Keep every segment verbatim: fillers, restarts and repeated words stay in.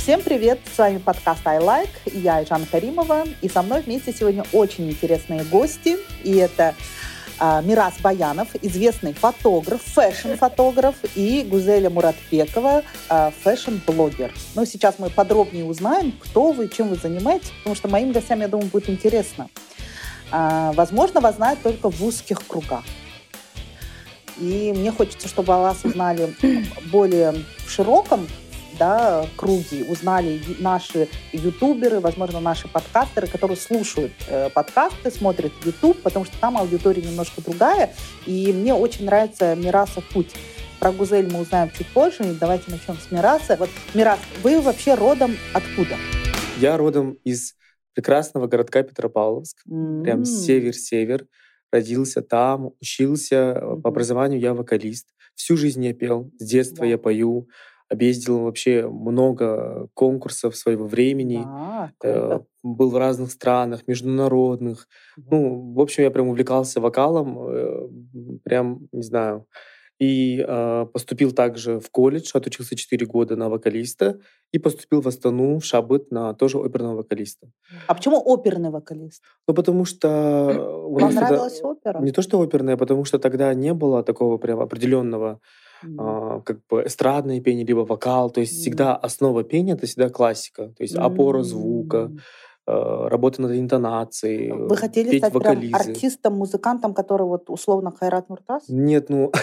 Всем привет! С вами подкаст I Like, я Айжан Каримова, и со мной вместе сегодня очень интересные гости, и это а, Мирас Баянов, известный фотограф, фэшн-фотограф, и Гузеля Муратбекова, а, фэшн-блогер. Ну, сейчас мы подробнее узнаем, кто вы, чем вы занимаетесь, потому что моим гостям, я думаю, будет интересно. А, возможно, вас знают только в узких кругах. И мне хочется, чтобы о вас узнали более в широком, да, круги, узнали наши ютуберы, возможно, наши подкастеры, которые слушают э, подкасты, смотрят YouTube, потому что там аудитория немножко другая, и мне очень нравится Мирасов путь. Про Гузель мы узнаем чуть позже, и давайте начнем с Мираса. Вот, Мирас, вы вообще родом откуда? Я родом из прекрасного городка Петропавловск, mm-hmm. прям север-север. Родился там, учился. Mm-hmm. По образованию я вокалист. Всю жизнь я пел, с детства yeah. я пою. Объездил вообще много конкурсов своего времени. Да, э, был в разных странах, международных. Mm-hmm. Ну, в общем, я прям увлекался вокалом. Э, прям, не знаю. И э, поступил также в колледж, отучился четыре года на вокалиста. И поступил в Астану, в Шабыт, на тоже оперного вокалиста. А почему оперный вокалист? Ну, потому что... Вам нравилась опера? Не то, что оперная, потому что тогда не было такого прям определенного mm. а, как бы эстрадное пение, либо вокал. То есть mm. всегда основа пения — это всегда классика. То есть mm. опора звука, работа над интонацией. Вы хотели петь стать вокализы. Прям артистом, музыкантом, который вот условно Хайрат Нуртас? Нет, ну,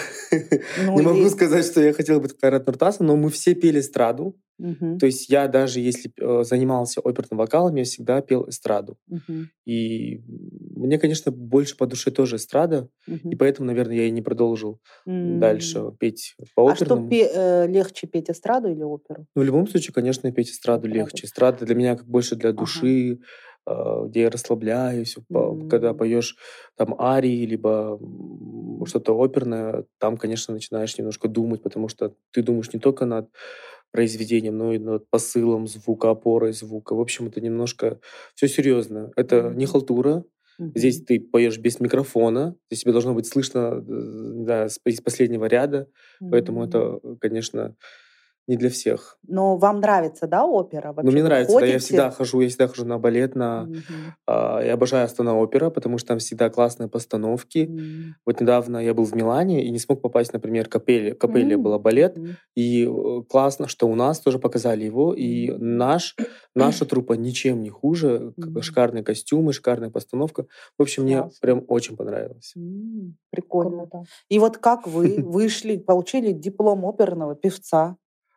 ну не могу сказать, что я хотел быть Хайрат Нуртасом, но мы все пели эстраду. Uh-huh. То есть я даже если э, занимался оперным вокалом, я всегда пел эстраду. Uh-huh. И мне, конечно, больше по душе тоже эстрада, uh-huh. и поэтому, наверное, я и не продолжил uh-huh. дальше петь по оперному. А что пе- э, легче, петь эстраду или оперу? Ну, в любом случае, конечно, петь эстраду Эстрада. легче. Эстрада для меня как больше для души, uh-huh. э, где я расслабляюсь. Uh-huh. Когда поешь там арии, либо что-то оперное, там, конечно, начинаешь немножко думать, потому что ты думаешь не только над произведением, но и над посылом звука, опорой звука. В общем, это немножко все серьезно. Это mm-hmm. не халтура. Mm-hmm. Здесь ты поешь без микрофона, здесь тебе должно быть слышно, да, из последнего ряда, mm-hmm. поэтому это, конечно, не для всех. Но вам нравится, да, опера? Вообще ну, мне нравится, ходите? Да, я всегда хожу, я всегда хожу на балет, на... Mm-hmm. А, я обожаю Астана опера, потому что там всегда классные постановки. Mm-hmm. Вот недавно я был в Милане и не смог попасть, например, к Капелле. Капелле mm-hmm. была балет, mm-hmm. и классно, что у нас тоже показали его, и наш, наша труппа ничем не хуже, mm-hmm. шикарные костюмы, шикарная постановка. В общем, Классно. Мне прям очень понравилось. Mm-hmm. Прикольно. Круто. И вот как вы вышли, получили диплом оперного певца?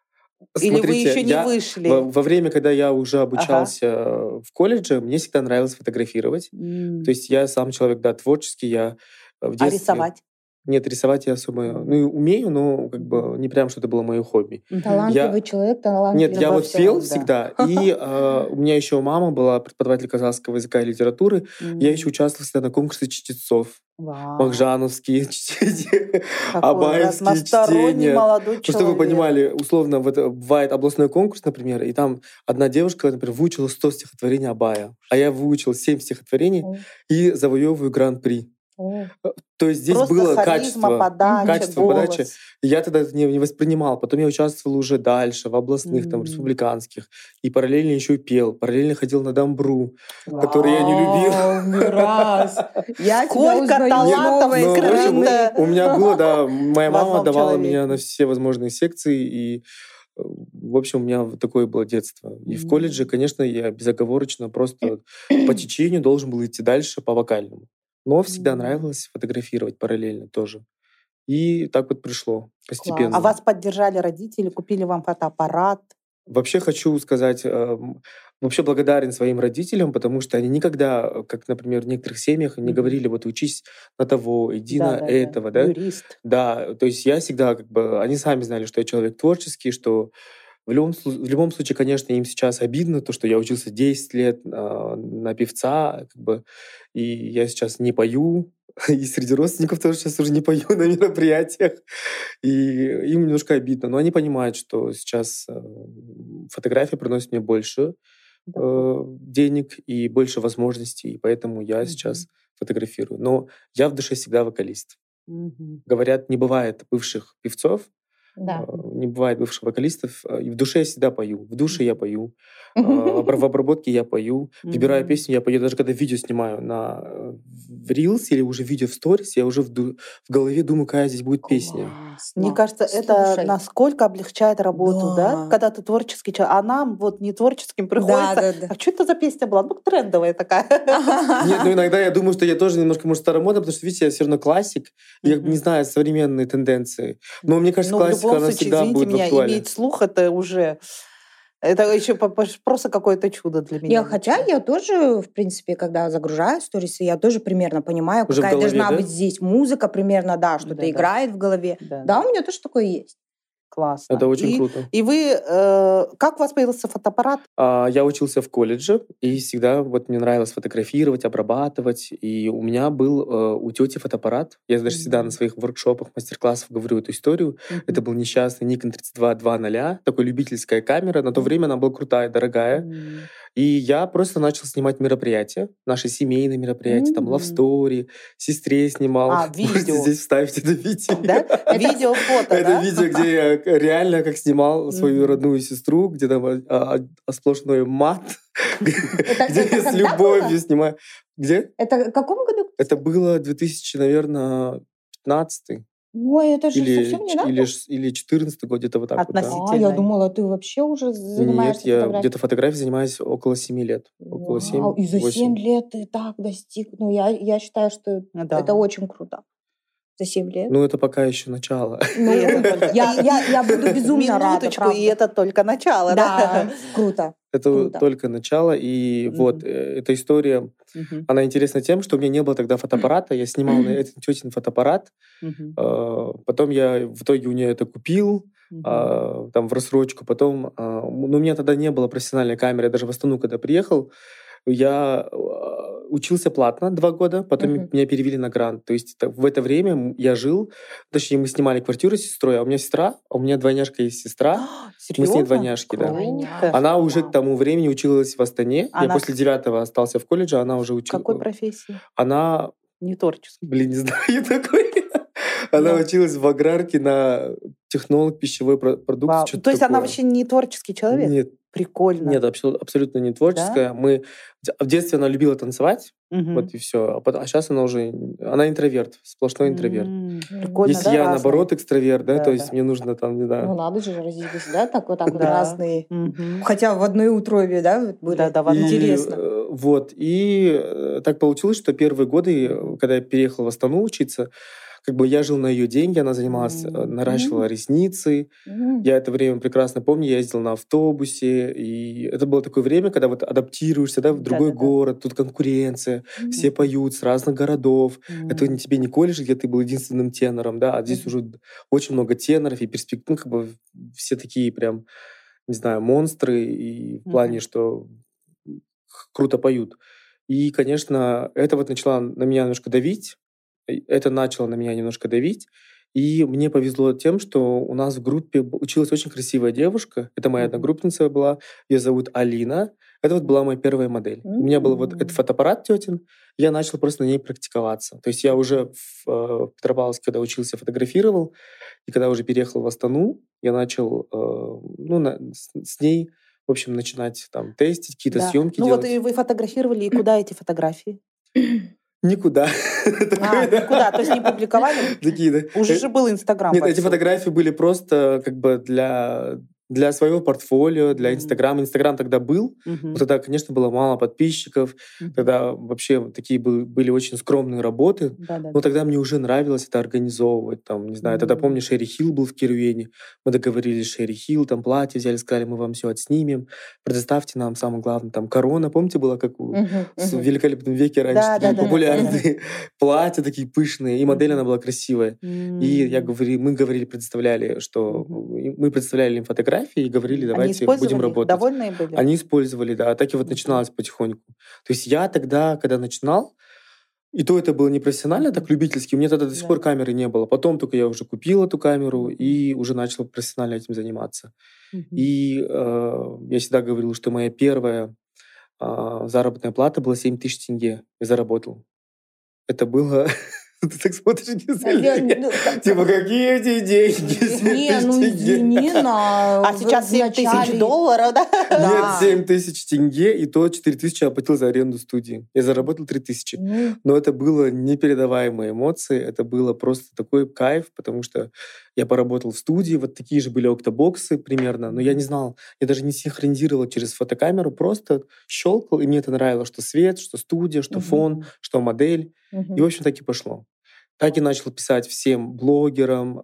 Или Смотрите, вы еще не я, вышли? Во, во время, когда я уже обучался ага. в колледже, мне всегда нравилось фотографировать. Mm. То есть я сам человек, да, творческий. Я в детстве... А рисовать? Нет, рисовать я особо ну, умею, но как бы не прям, что это было мое хобби. Талантливый я... человек, талантливый. Нет, я вот пел да. всегда. И э, у меня еще мама была преподаватель казахского языка и литературы. Mm. Я еще участвовал всегда на конкурсе чтецов. Вау. Махжановские чтения, абаевские чтения. Молодой человек. Чтобы вы понимали, условно, вот бывает областной конкурс, например, и там одна девушка, например, выучила сто стихотворений Абая, а я выучил семь стихотворений mm. и завоевываю гран-при. Mm. То есть здесь Просто было харизма, качество, подача, качество голос. подачи. Я тогда это не, не воспринимал. Потом я участвовал уже дальше, в областных, mm. там, республиканских. И параллельно еще и пел. Параллельно ходил на дамбру, wow. который я не любил. Раз. Я Сколько талантов и крылья. У меня было, да, моя мама давала меня на все возможные секции. И, в общем, у меня такое было детство. И в колледже, конечно, я безоговорочно просто по течению должен был идти дальше по вокальному. Но всегда mm. нравилось фотографировать параллельно тоже. И так вот пришло постепенно. Класс. А вас поддержали родители, купили вам фотоаппарат? Вообще хочу сказать, э, вообще благодарен своим родителям, потому что они никогда, как, например, в некоторых семьях, не mm-hmm. говорили, вот учись на того, иди да, на да, этого. Да. Да? Юрист. Да, то есть я всегда, как бы, они сами знали, что я человек творческий, что в любом, в любом случае, конечно, им сейчас обидно, то, что я учился десять лет э, на певца, как бы, и я сейчас не пою, и среди родственников тоже сейчас уже не пою на мероприятиях, и им немножко обидно. Но они понимают, что сейчас э, фотография приносит мне больше э, денег и больше возможностей, и поэтому я mm-hmm. сейчас фотографирую. Но я в душе всегда вокалист. Mm-hmm. Говорят, не бывает бывших певцов, Да. Не бывает бывших вокалистов. И в душе я всегда пою. В душе я пою. В обработке я пою. Выбираю песню, я пою. Даже когда видео снимаю на в Reels или уже видео в сторис, я уже в, ду- в голове думаю, какая здесь будет песня. Мне кажется, это Слушай. насколько облегчает работу, да? Да. Когда ты творческий человек. А нам вот не творческим приходится. Да, да, да. А что это за песня была? Ну, трендовая такая. Нет, ну иногда я думаю, что я тоже немножко, может, старомодный, потому что, видите, я все равно классик. И я не знаю современные тенденции. Но мне кажется, Ну, в классика, любом она случае, всегда извините будет меня, актуальна. иметь слух это уже... Это еще по- по- просто какое-то чудо для меня. Я, хотя я тоже, в принципе, когда загружаю сторисы, я тоже примерно понимаю, Уже в какая голове, должна да? быть здесь музыка примерно, да, что-то Да-да. играет в голове. Да. Да, у меня тоже такое есть. Классно. Это очень и, круто. И вы... э, как у вас появился фотоаппарат? А, Я учился в колледже, и всегда вот мне нравилось фотографировать, обрабатывать. И у меня был э, у тети фотоаппарат. Я даже всегда на своих воркшопах, мастер-классах говорю эту историю. Мгм. Это был несчастный Nikon тридцать два два ноль, такой любительская камера. На то время она была крутая, дорогая. М. И я просто начал снимать мероприятия, наши семейные мероприятия, там, Мгм. Love Story, сестре снимал. А, Можете видео. здесь вставить это видео. Да? Видео, фото, Это да? видео, где я реально как снимал свою Мгм. родную сестру, где там а, а, сплошной мат, Это- где это я с когда любовью было? снимаю. Где? Это в каком году? Это было две тысячи, наверное, пятнадцатый Ой, это же или совсем ч- недавно. или ш- или четырнадцатый год, где-то вот так вот. да. А, я Относительно. думала, ты вообще уже Нет, занимаешься я фотографией. где-то фотографией занимаюсь около семи лет. Около Вау, и за семь семь-восемь. лет ты так достиг. Ну, я, я считаю, что Ну да. это очень круто. За семь лет. Ну, это пока еще начало. Ну, И это только- я, я, я буду безумно рада, Минуточку, правда. и это только начало, да? Да, круто. Это Круто. только начало, и Мгм. вот э, эта история, Мгм. она интересна тем, что у меня не было тогда фотоаппарата, я снимал на этот тетин фотоаппарат, Мгм. э, потом я в итоге у нее это купил, Мгм. а, там в рассрочку, потом, а, ну, у меня тогда не было профессиональной камеры, я даже в Астану, когда приехал, я а, учился платно два года, потом Мгм. меня перевели на грант. То есть это- в это время м- я жил, точнее, мы снимали квартиру с сестрой, а у меня сестра, а у меня двойняшка есть сестра, мы с ней Серьезно? двойняшки, да. Круто. Она уже к тому времени училась в Астане. Я Она после девятого остался в колледже, она уже училась. Какой профессии? Она, Не творческий. блин, не знаю такой. Она Да. училась в аграрке на технолог пищевой про- Вау. продукции. что-то То есть она такое. вообще не творческий человек? Нет, Прикольно. нет, абсолютно, абсолютно не творческая. Мы в детстве она любила танцевать, Мгм. вот и все. А, сейчас она уже, она интроверт, сплошной интроверт. М, Прикольно, Если да, я разные? наоборот экстраверт, да, Да, то есть да. мне нужно там, не Ну, знаю. надо же родились, да, так вот, так вот Да. разные. Мгм. Хотя в одной утробе, да, вот были. Да, да, в одном. И, Интересно. э, вот. И э, так получилось, что первые годы, э, когда я переехал в Астану учиться, как бы я жил на ее деньги, она занималась, э, М. наращивала ресницы. М. Я это время прекрасно помню, я ездил на автобусе, и это было такое время, когда вот адаптируешься, да, в другой Да-да-да. город, тут конкуренция, все поют с разных городов. Это М. не тебе не колледж, где ты был единственным тенором, да, а здесь Мгм. уже очень много теноров и перспектив, ну, как бы все такие прям, не знаю, монстры, и в плане, Мгм. что х- круто поют. И, конечно, это вот начало на меня немножко давить, и это начало на меня немножко давить, и мне повезло тем, что у нас в группе б- училась очень красивая девушка, это моя Мгм. одногруппница была, ее зовут Алина, это вот была моя первая модель. У меня был вот этот М. фотоаппарат тетин, я начал просто на ней практиковаться. То есть я уже в э, Петропавловске, когда учился, фотографировал, и когда уже переехал в Астану, я начал э, ну, на- с, с ней, в общем, начинать там тестить, какие-то Да. съемки Ну вот делать. и вы фотографировали, и куда эти фотографии? Никуда. А, Такой, да. никуда, то есть не публиковали? Такие, да. Уже Э, же был Инстаграм Нет, эти повсюду. фотографии были просто как бы для, для своего портфолио, для М. Инстаграма. Инстаграм тогда был, но Мгм. тогда, конечно, было мало подписчиков. Мгм. Тогда вообще такие был- были очень скромные работы. Да-да-да. Но тогда мне уже нравилось это организовывать. Там, не знаю, тогда М. помню, Шерри Хилл был в Кирюене. Мы договорились с Шерри Хилл, там платье взяли, сказали, мы вам все отснимем. Предоставьте нам, самое главное, там корона. Помните, была как у Мгм, в мгм. великолепном веке раньше Да, такие да, да, да, популярные платья такие пышные, и модель Мгм. она была красивая. И я М. говори, мы говорили, предоставляли, что Мгм. и мы представляли им фотографии и говорили, Они давайте будем использовали их? работать. Довольные были? Они использовали, да, так и вот Мгм. начиналось потихоньку. То есть я тогда, когда начинал, и то это было не профессионально, так Мгм. любительски, у меня тогда до сих Да. пор камеры не было. Потом только я уже купил эту камеру Мгм. и уже начал профессионально этим заниматься. Мгм. И э, я всегда говорил, что моя первая а, заработная плата была семь тысяч тенге. Я заработал. Это было Ты так смотришь, Гизель. Типа, какие эти деньги? Не, ну извини, на... А сейчас семь тысяч долларов, да? Нет, семь тысяч тенге, и то четыре тысячи я оплатил за аренду студии. Я заработал три тысячи. Но это было непередаваемые эмоции, это было просто такой кайф, потому что я поработал в студии, вот такие же были октобоксы примерно, но я не знал, я даже не синхронизировал через фотокамеру, просто щелкал, и мне это нравилось, что свет, что студия, что фон, что модель. И, в общем, так и пошло. Так и начал писать всем блогерам.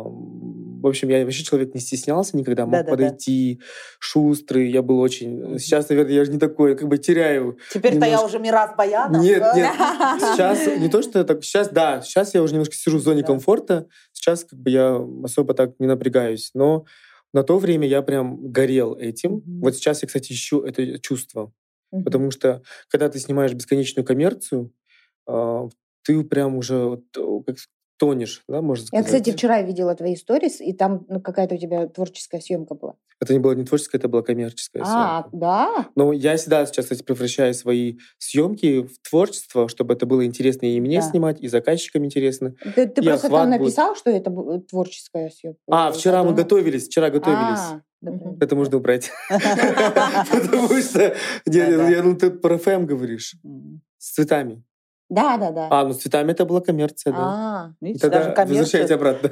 В общем, я вообще человек не стеснялся никогда, мог Да-да-да. подойти, шустрый. Я был очень... Сейчас, наверное, я же не такой, как бы теряю. Теперь-то немножко... я уже Мирас Баянов. Нет, нет. Сейчас не то, что я так... Сейчас, да, сейчас я уже немножко сижу в зоне Да. комфорта. Сейчас как бы я особо так не напрягаюсь. Но на то время я прям горел этим. Мгм. Вот сейчас я, кстати, ищу это чувство. Мгм. Потому что, когда ты снимаешь бесконечную коммерцию, а, ты прям уже вот, о, как тонешь, да, можно Я, сказать. кстати, вчера видела твои сторис, и там ну, какая-то у тебя творческая съемка была. Это не была не творческая, это была коммерческая А, съемка. да? Но я всегда сейчас, кстати, превращаю свои съемки в творчество, чтобы это было интересно и мне Да. снимать, и заказчикам интересно. Ты, ты И просто охват там будет. написал, что это бу- творческая съемка? А, вчера мы Подумал. готовились, вчера готовились. А, мгм. Это можно убрать. Потому что... Да-да. Я- Ну, ты про ФМ говоришь. М. С цветами. Да, да, да. А, ну с цветами это была коммерция, да. А, И Видите, даже тогда возвращайте коммерцию... обратно.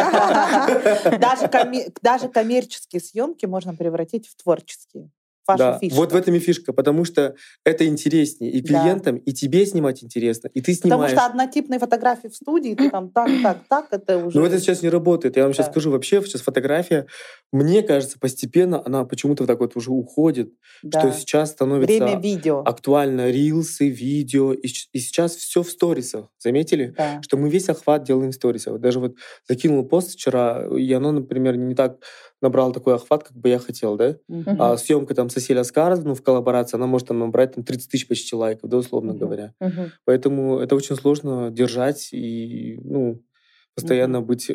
Да-да-да. Даже, коме- даже коммерческие съемки можно превратить в творческие. Ваша Да, фишка. вот в этом и фишка, потому что это интереснее и Да. клиентам, и тебе снимать интересно, и ты Потому снимаешь. что однотипные фотографии в студии, ты там так, так, так, это уже... Но это сейчас не работает. Я вам сейчас Да. скажу, вообще сейчас фотография, мне кажется, постепенно она почему-то вот так вот уже уходит, Да. что сейчас становится Время видео. актуально рилсы, видео, и, щ- и сейчас все в сторисах. Заметили? Да. Что мы весь охват делаем в сторисах. Вот даже вот закинул пост вчера, и оно, например, не так набрало такой охват, как бы я хотел, да? Мгм. А съемка там с Асель Аскар, ну, в коллаборации, она может там набрать там, тридцать тысяч почти лайков, да, условно Мгм. говоря. мгм. Поэтому это очень сложно держать и, ну, постоянно быть э,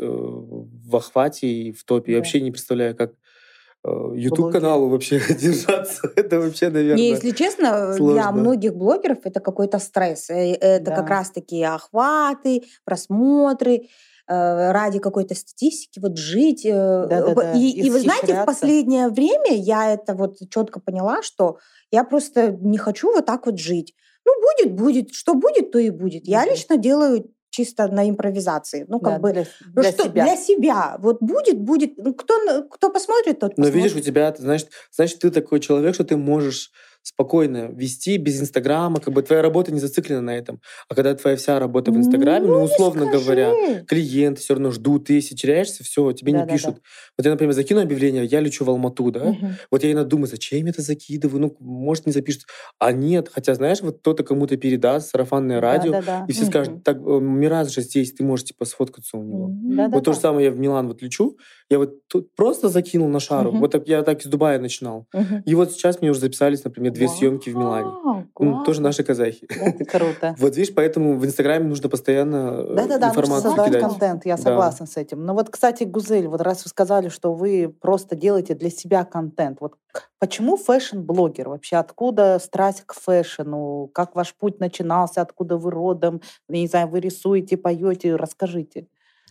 в охвате и в топе. Я Да. вообще не представляю, как э, Блогеры. YouTube-каналу вообще держаться. Это вообще, Не, наверное, если честно, для сложно. многих блогеров это какой-то стресс. Э, Это как Да. раз-таки охваты, просмотры, э, ради какой-то статистики, вот жить. э, Да-да-да. И, и вы знаете, в Исхищряться. последнее время я это вот четко поняла, что я просто не хочу вот так вот жить. Ну, будет, будет. Что будет, то и будет. Я Мгм. лично делаю чисто на импровизации. Ну, как Да, бы, для, ну для что, себя. для себя. Вот будет, будет. Ну, Кто, на- кто посмотрит, тот Но посмотрит. видишь, у тебя, ты знаешь, значит, ты такой человек, что ты можешь спокойно вести без Инстаграма, как бы твоя работа не зациклена на этом. А когда твоя вся работа в Инстаграме, ну, Ну, не условно говоря, скажи. клиенты все равно ждут, ты если теряешься, все, тебе не Да-да-да. пишут. Вот я, например, закину объявление, я лечу в Алмату, да? Мгм. Вот я иногда думаю, зачем я это закидываю? Ну, может, не запишут. А нет, хотя, знаешь, вот кто-то кому-то передаст сарафанное радио, Да-да-да. и все Мгм. скажут, так, э, Мирас же здесь, ты можешь, типа, сфоткаться у него. Мгм. Да-да-да. Вот то же самое я в Милан вот лечу, я вот тут просто закинул на шару, Мгм. вот так, я так из Дубая начинал. Мгм. И вот сейчас мне уже записались, например, две съемки в Милане. Вау, Ну, тоже классно. наши казахи. Круто. Вот видишь, поэтому в Инстаграме нужно постоянно э, Да-да-да, нужно информацию создавать кидать. контент, я Да. согласна с этим. Но вот, кстати, Гузель, вот раз вы сказали, что вы просто делаете для себя контент, вот к- почему фэшн-блогер? Вообще откуда страсть к фэшну? Как ваш путь начинался? Откуда вы родом? Я не знаю, вы рисуете, поете? Расскажите.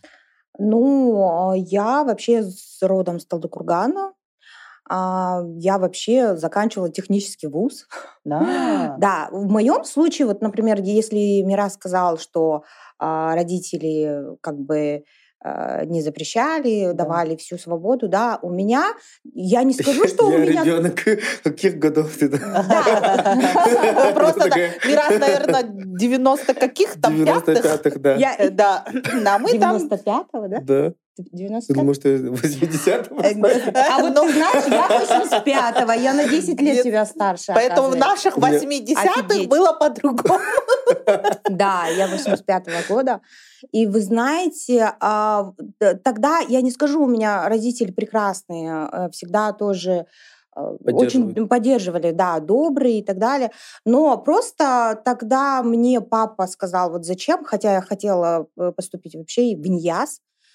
Ну, а, я вообще с родом с Талдыкургана. А, Я вообще заканчивала технический вуз. Да. Да, в моем случае, вот, например, если Мирас сказал, что а, родители как бы а, не запрещали, Да. давали всю свободу, да, у меня, я не скажу, что у Я меня... ребенок. Каких годов ты? Да. Просто, да, Такая, Мирас, наверное, девяносто каких-то девяносто пятых. пятых, да. Я Э, Да, а мы там... девяносто пятого, да? Да. девяносто Ты думаешь, что восьмидесятого? А вот Ну, ты знаешь, я восемьдесят пятого, я на десять лет Нет, тебя старше, Поэтому в оказывается. наших У меня- восьмидесятых Офигеть. было по-другому. Да, я восемьдесят пятого года. И вы знаете, а, т- тогда, я не скажу, у меня родители прекрасные, э, всегда тоже э, очень Поддерживают. поддерживали, да, добрые и так далее. Но просто тогда мне папа сказал, вот зачем, хотя я хотела э, поступить вообще в ИНЯС,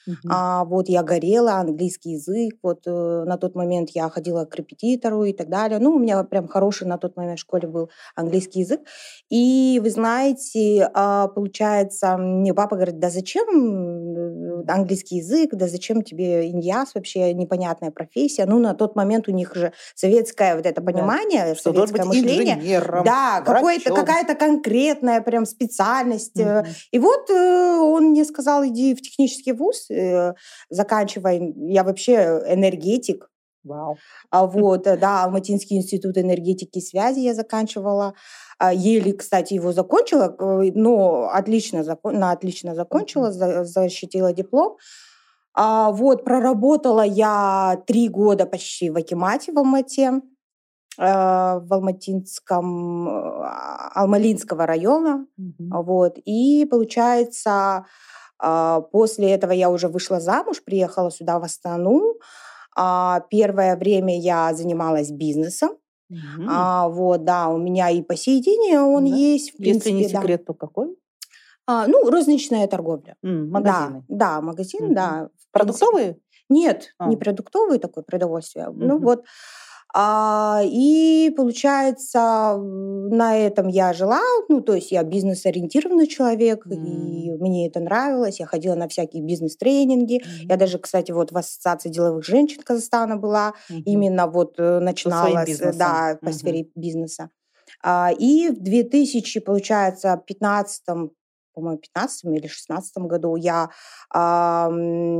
Мгм. А, вот я горела, английский язык. Вот э, на тот момент я ходила к репетитору и так далее. Ну, у меня прям хороший на тот момент в школе был английский язык. И вы знаете, а, получается, мне папа говорит, да зачем э, английский язык, да зачем тебе иньяс вообще, непонятная профессия. Ну, на тот момент у них же советское вот это Да. понимание, Что должен советское быть мышление. инженером, Да, какое-то, врачом. какая-то конкретная прям специальность. э. Мгм. И вот э, он мне сказал, иди в технический вуз, э, заканчивай. Я вообще энергетик. Вау. А вот, э, да, Алматинский институт энергетики и связи я заканчивала. А, Еле, кстати, его закончила, э, но отлично, зако- на отлично закончила, Мгм. за- защитила диплом. А, вот, проработала я три года почти в Акимате в Алмате, э, в Алматинском, э, Алмалинского района. Мгм. Вот. И получается, а, после этого я уже вышла замуж, приехала сюда в Астану. А, Первое время я занималась бизнесом. Мгм. А, Вот, да, у меня и по сей день он Да. есть, в Если не принципе, да. секрет, то какой? А, Ну, розничная торговля. М, Да, Магазины. да, магазин, Мгм. да, в принципе. Продуктовые? Нет, не А. продуктовый такой, продовольствие. Ну Мгм. вот. А, и получается, м, на этом я жила, ну, то есть я бизнес-ориентированный человек, и М. мне это нравилось. Я ходила на всякие бизнес-тренинги. Я Мгм. даже, кстати, вот в Ассоциации деловых женщин Казахстана была, Мгм. именно вот э, Со своим начинала, с- бизнесом. да, по Мгм. сфере бизнеса. А, И в две тысячи, получается, пятнадцатом, по-моему, пятнадцатом или шестнадцатом году я а,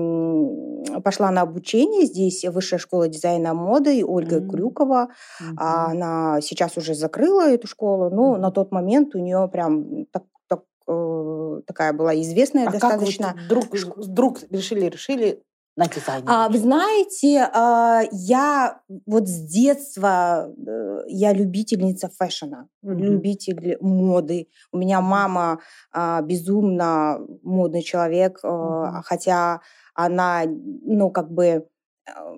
м, пошла на обучение. Здесь Высшая школа дизайна моды Ольга М. Крюкова. Мгм. А, Она сейчас уже закрыла эту школу, но на Мгм. тот момент у нее прям так- так, э, такая была известная А как вот достаточно. вдруг, вдруг решили, решили на дизайне А, Вы учиться? знаете, а, я вот с детства, э, я любительница фэшена, Мгм. любитель моды. У меня Мгм. мама а, безумно модный человек, э, Мгм. хотя она, ну, как бы а,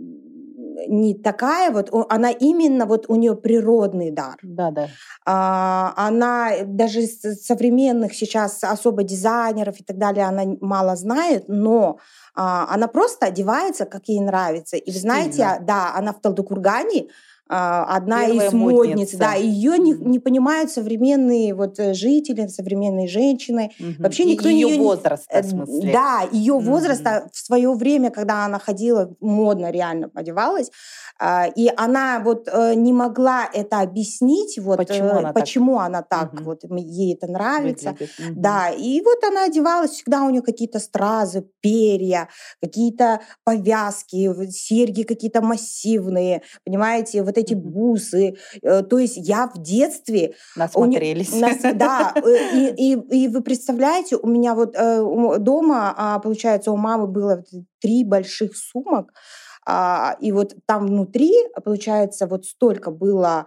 не такая вот, о- она именно вот у нее природный дар. Да, да. А, Она даже из современных сейчас особо дизайнеров и так далее, она н- мало знает, но а, она просто одевается, как ей нравится. И вы знаете, Стильно. а, да, она в Талдыкургане а, одна Первая из модниц, да, модница. ее не, Мгм. не понимают современные вот э, жители, современные женщины. Мгм. Вообще И никто ее ее не... возраста, э, в смысле. Да, ее Мгм. возраста в свое время, когда она ходила, модно реально одевалась, а, и она вот э, не могла это объяснить, вот Почему э, она так почему она так, мгм, вот м, ей это нравится. выглядит? Мгм. Да, и вот она одевалась, всегда у нее какие-то стразы, перья, какие-то повязки, в- серьги какие-то массивные, понимаете, вот эти Мгм. бусы. Э, То есть я в детстве у не- Насмотрелись. нас, да, э, и, и, и вы представляете, у меня вот э, у- дома, а, получается, у мамы было вот три больших сумок, а, и вот там внутри, а, получается, вот столько было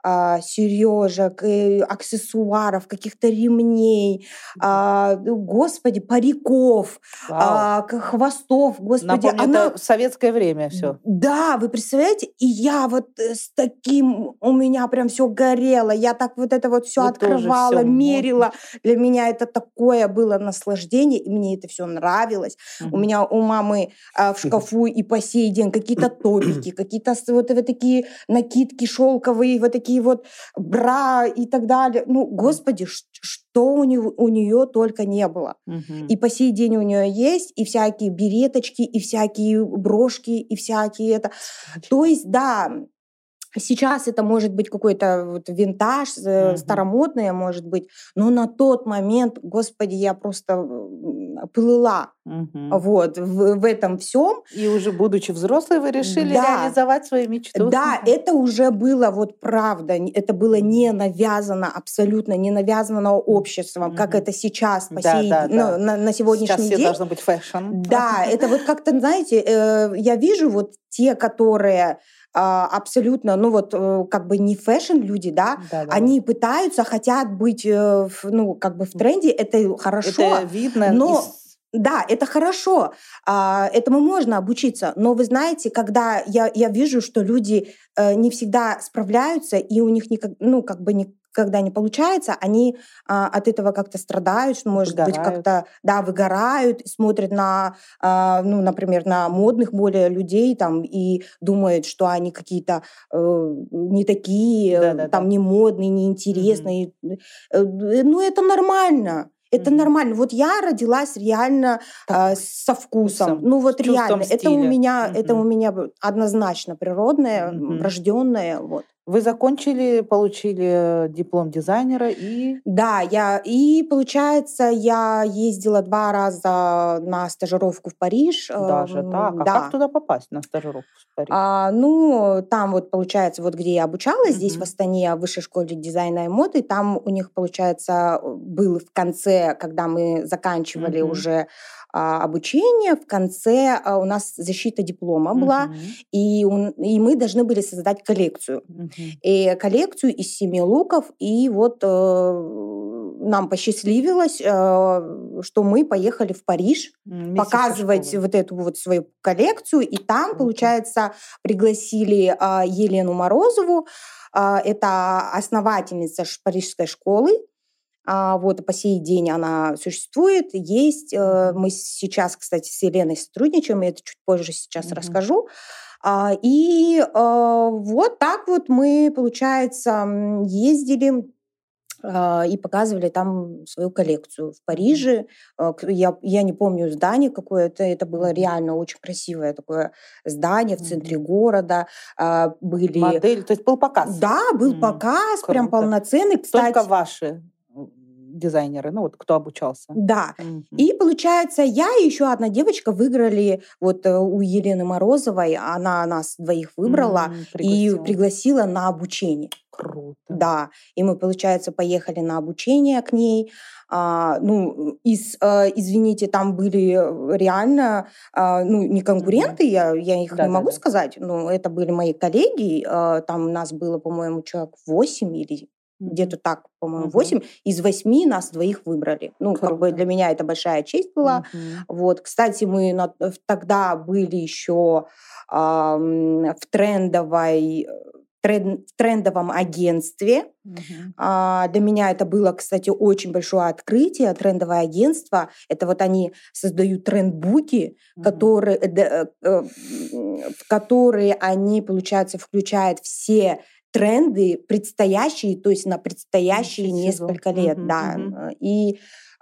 сережек, аксессуаров, каких-то ремней, Мгм. а, ну, господи, париков, Вау. а, к- хвостов, господи, Напомню, она... это в советское время все. Да, вы представляете, и я вот э, с таким, у меня прям все горело, я так вот это вот все Вы тоже открывала, все модно. мерила, для меня это такое было наслаждение, и мне это все нравилось. У Мгм. меня у мамы а, в шкафу и по сей день какие-то топики, какие-то с- вот, вот такие накидки шелковые, вот такие вот бра и так далее. Ну, господи, ш- что у, него, у нее только не было. Мгм. И по сей день у нее есть и всякие береточки, и всякие брошки, и всякие это. То есть, да, сейчас это может быть какой-то вот винтаж, э, Мгм. старомодное может быть, но на тот момент, господи, я просто м, плыла Мгм. вот в, в этом всем. И уже будучи взрослой, вы решили Да, реализовать свою мечту. да, Мгм. это уже было вот правда, н- это было не Мгм. навязано, абсолютно не навязано обществом, как Мгм. это сейчас, по Да, сей, да, ну, да. на, на Сейчас сегодняшний все день. должно быть фэшн. Да, это вот как-то, знаете, э, я вижу вот те, которые а, абсолютно, ну вот э, как бы не фэшн люди, да, Да, да, да. они пытаются, хотят быть, э, в- ну как бы в тренде, это хорошо, Это видно но из... да, это хорошо, а, этому можно обучиться, но вы знаете, когда я, я вижу, что люди э, не всегда справляются, и у них никак, ну как бы не, когда не получается, они а, от этого как-то страдают, что, может быть, Выгорают. как-то, да, выгорают, смотрят на, а, ну, например, на модных более людей там и думают, что они какие-то э, не такие, э, Да-да-да. там, не модные, не Мгм. интересные. Э, Ну, это нормально. Это Мгм. нормально. Вот я родилась реально а, Такой, со вкусом. вкусом, Ну с вот чувством реально. Это у стиля. меня, это у Мгм. меня б- однозначно природное, м, Мгм. врожденное. Вот. Вы закончили, получили диплом дизайнера и... Да, я и получается, я ездила два раза на стажировку в Париж. Даже так. эм, А как Да. туда попасть, на стажировку в Париж? А, ну, там вот получается, вот где я обучалась, здесь в Мгм. Астане, в Высшей школе дизайна и моды, там у них, получается, э, был в конце, когда мы заканчивали Мгм. уже а, обучение, в конце а, у нас защита диплома была, Мгм. и, он- и мы должны были создать коллекцию. Мгм. И коллекцию из семи луков, и вот э, нам посчастливилось, э, что мы поехали в Париж М, Вместе со показывать школой. вот эту вот свою коллекцию, и там, Круто. получается, пригласили а, Елену Морозову, а, это основательница ш- парижской школы. А, вот и по сей день она существует, есть. э, Мгм. Мы сейчас, кстати, с Еленой сотрудничаем, я это чуть позже сейчас Мгм. расскажу. А, И э, вот так вот мы, получается, м, ездили а, и показывали там свою коллекцию в Мгм. Париже. А, к- Я, я не помню здание какое-то, это было Мгм. реально очень красивое такое здание в центре Мгм. города. А, Были... Модель, то есть был показ. Да, был М, показ, прям Круто. полноценный, Только кстати. ваши м, дизайнеры, ну вот кто обучался. Да. Мгм. И получается, я и еще одна девочка выиграли вот э, у Елены Морозовой, она нас двоих выбрала М, и Пригласила. пригласила на обучение. Круто. Да, и мы, получается, поехали на обучение к ней. А, ну, из, э, извините, там были э, реально, а, ну, не Мгм. конкуренты, я, я их не могу Да-да-да. сказать, но это были мои коллеги. э, Там нас было, по-моему, человек восемь или где-то Мгм. так, по-моему, Мгм. восемь. Из восьми нас двоих выбрали. Ну, как бы Круто. для меня это большая честь была. Мгм. Вот, кстати, мы на- в- тогда были еще ам, в трендовой трен- в трендовом агентстве. Мгм. А, Для меня это было, кстати, очень большое открытие. Трендовое агентство — это вот они создают трендбуки, Мгм. которые, э, д- э, э, м, в которые они, получается, включают все тренды предстоящие, то есть на предстоящие Следующий сезон. несколько лет, Мгм. да. Мгм. Э, И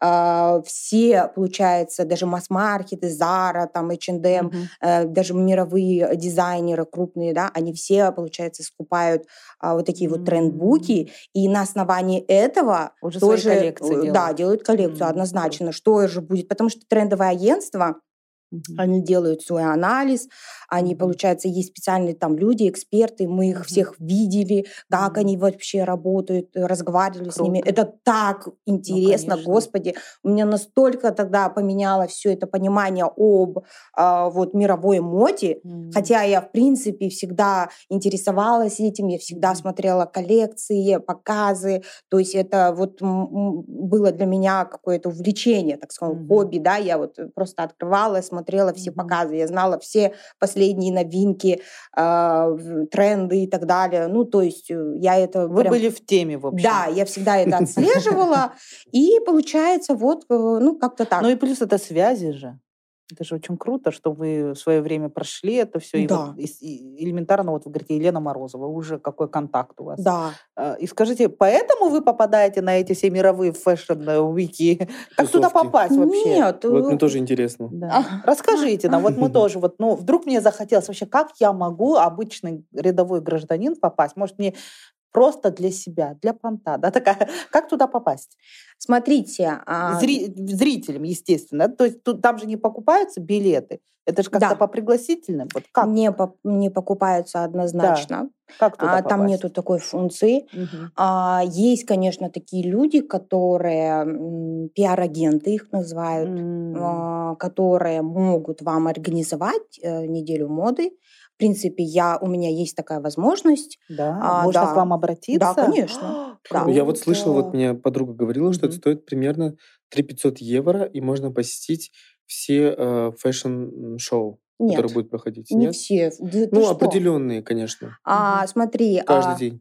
а, все, получается, даже масс-маркеты, Zara, там, эйч энд эм, Мгм. э, даже мировые дизайнеры крупные, да, они все, получается, скупают а, вот такие вот М. трендбуки, и на основании этого Уже свои тоже, коллекции э, да, делают. делают коллекцию М, однозначно. Что же будет? Потому что трендовое агентство, Мгм. они делают свой анализ, они, Мгм. получается, есть специальные там люди, эксперты, мы их Мгм. всех видели, как М. они вообще работают, э, разговаривали с ними. Круто. Это так Ну, интересно, конечно. господи. У меня настолько тогда поменяло все это понимание об а, вот мировой моде, М. хотя я, в принципе, всегда интересовалась этим, я всегда Мгм. смотрела коллекции, показы, то есть это вот м, м, было для меня какое-то увлечение, так скажем, Мгм. хобби, да, я вот просто открывала, смотрела все Мгм. показы, я знала все последние новинки, а, в- тренды и так далее. Ну, то есть э, я это Вы прям... были в теме, в общем. Да, я всегда это отслеживала, и получается вот, э, ну, как-то Ну так. и плюс это связи же. Это же очень круто, что вы в свое время прошли это все. И вот Да, ис- и элементарно, вот вы говорите, Елена Морозова, уже какой контакт у вас. да. А, И скажите, поэтому вы попадаете на эти все мировые фэшн-уики? Как туда Тусовки. попасть вообще? Нет, Вот мне э, тоже интересно. Да. Расскажите нам, вот мы тоже, вот, ну, вдруг мне захотелось вообще, как я могу, обычный рядовой гражданин, попасть? Может, мне просто для себя, для понта, да, такая, как туда попасть? смотрите, а, Зри- зрителям, естественно. То есть тут, там же не покупаются билеты. Это же как-то да, по пригласительным. Вот как? не, поп- не покупаются Да. однозначно. Как туда А, Там попасть? нету такой функции. Мгм. А, Есть, конечно, такие люди, которые м, пиар-агенты их называют, М, а, которые могут вам организовать э, неделю моды. В принципе, я, у меня есть такая возможность. Да, А, можно к Да, вам да, обратиться? конечно, да. Ну, я вот слышал, вот Круто. мне подруга говорила, что это Мгм. стоит примерно три тысячи пятьсот евро, и можно посетить все э, фэшн-шоу, которые Нет, будут проходить. не Нет? все. Да ты Ну, что? определенные, конечно. А, Мгм. смотри, Каждый а, день.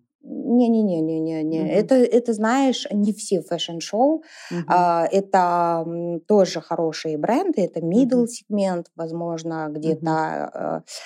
Не-не-не-не-не. Мгм. Это, это, знаешь, не все фэшн-шоу. Мгм. А, Это м, тоже хорошие бренды. Это middle Мгм. сегмент, возможно, Мгм. где-то э,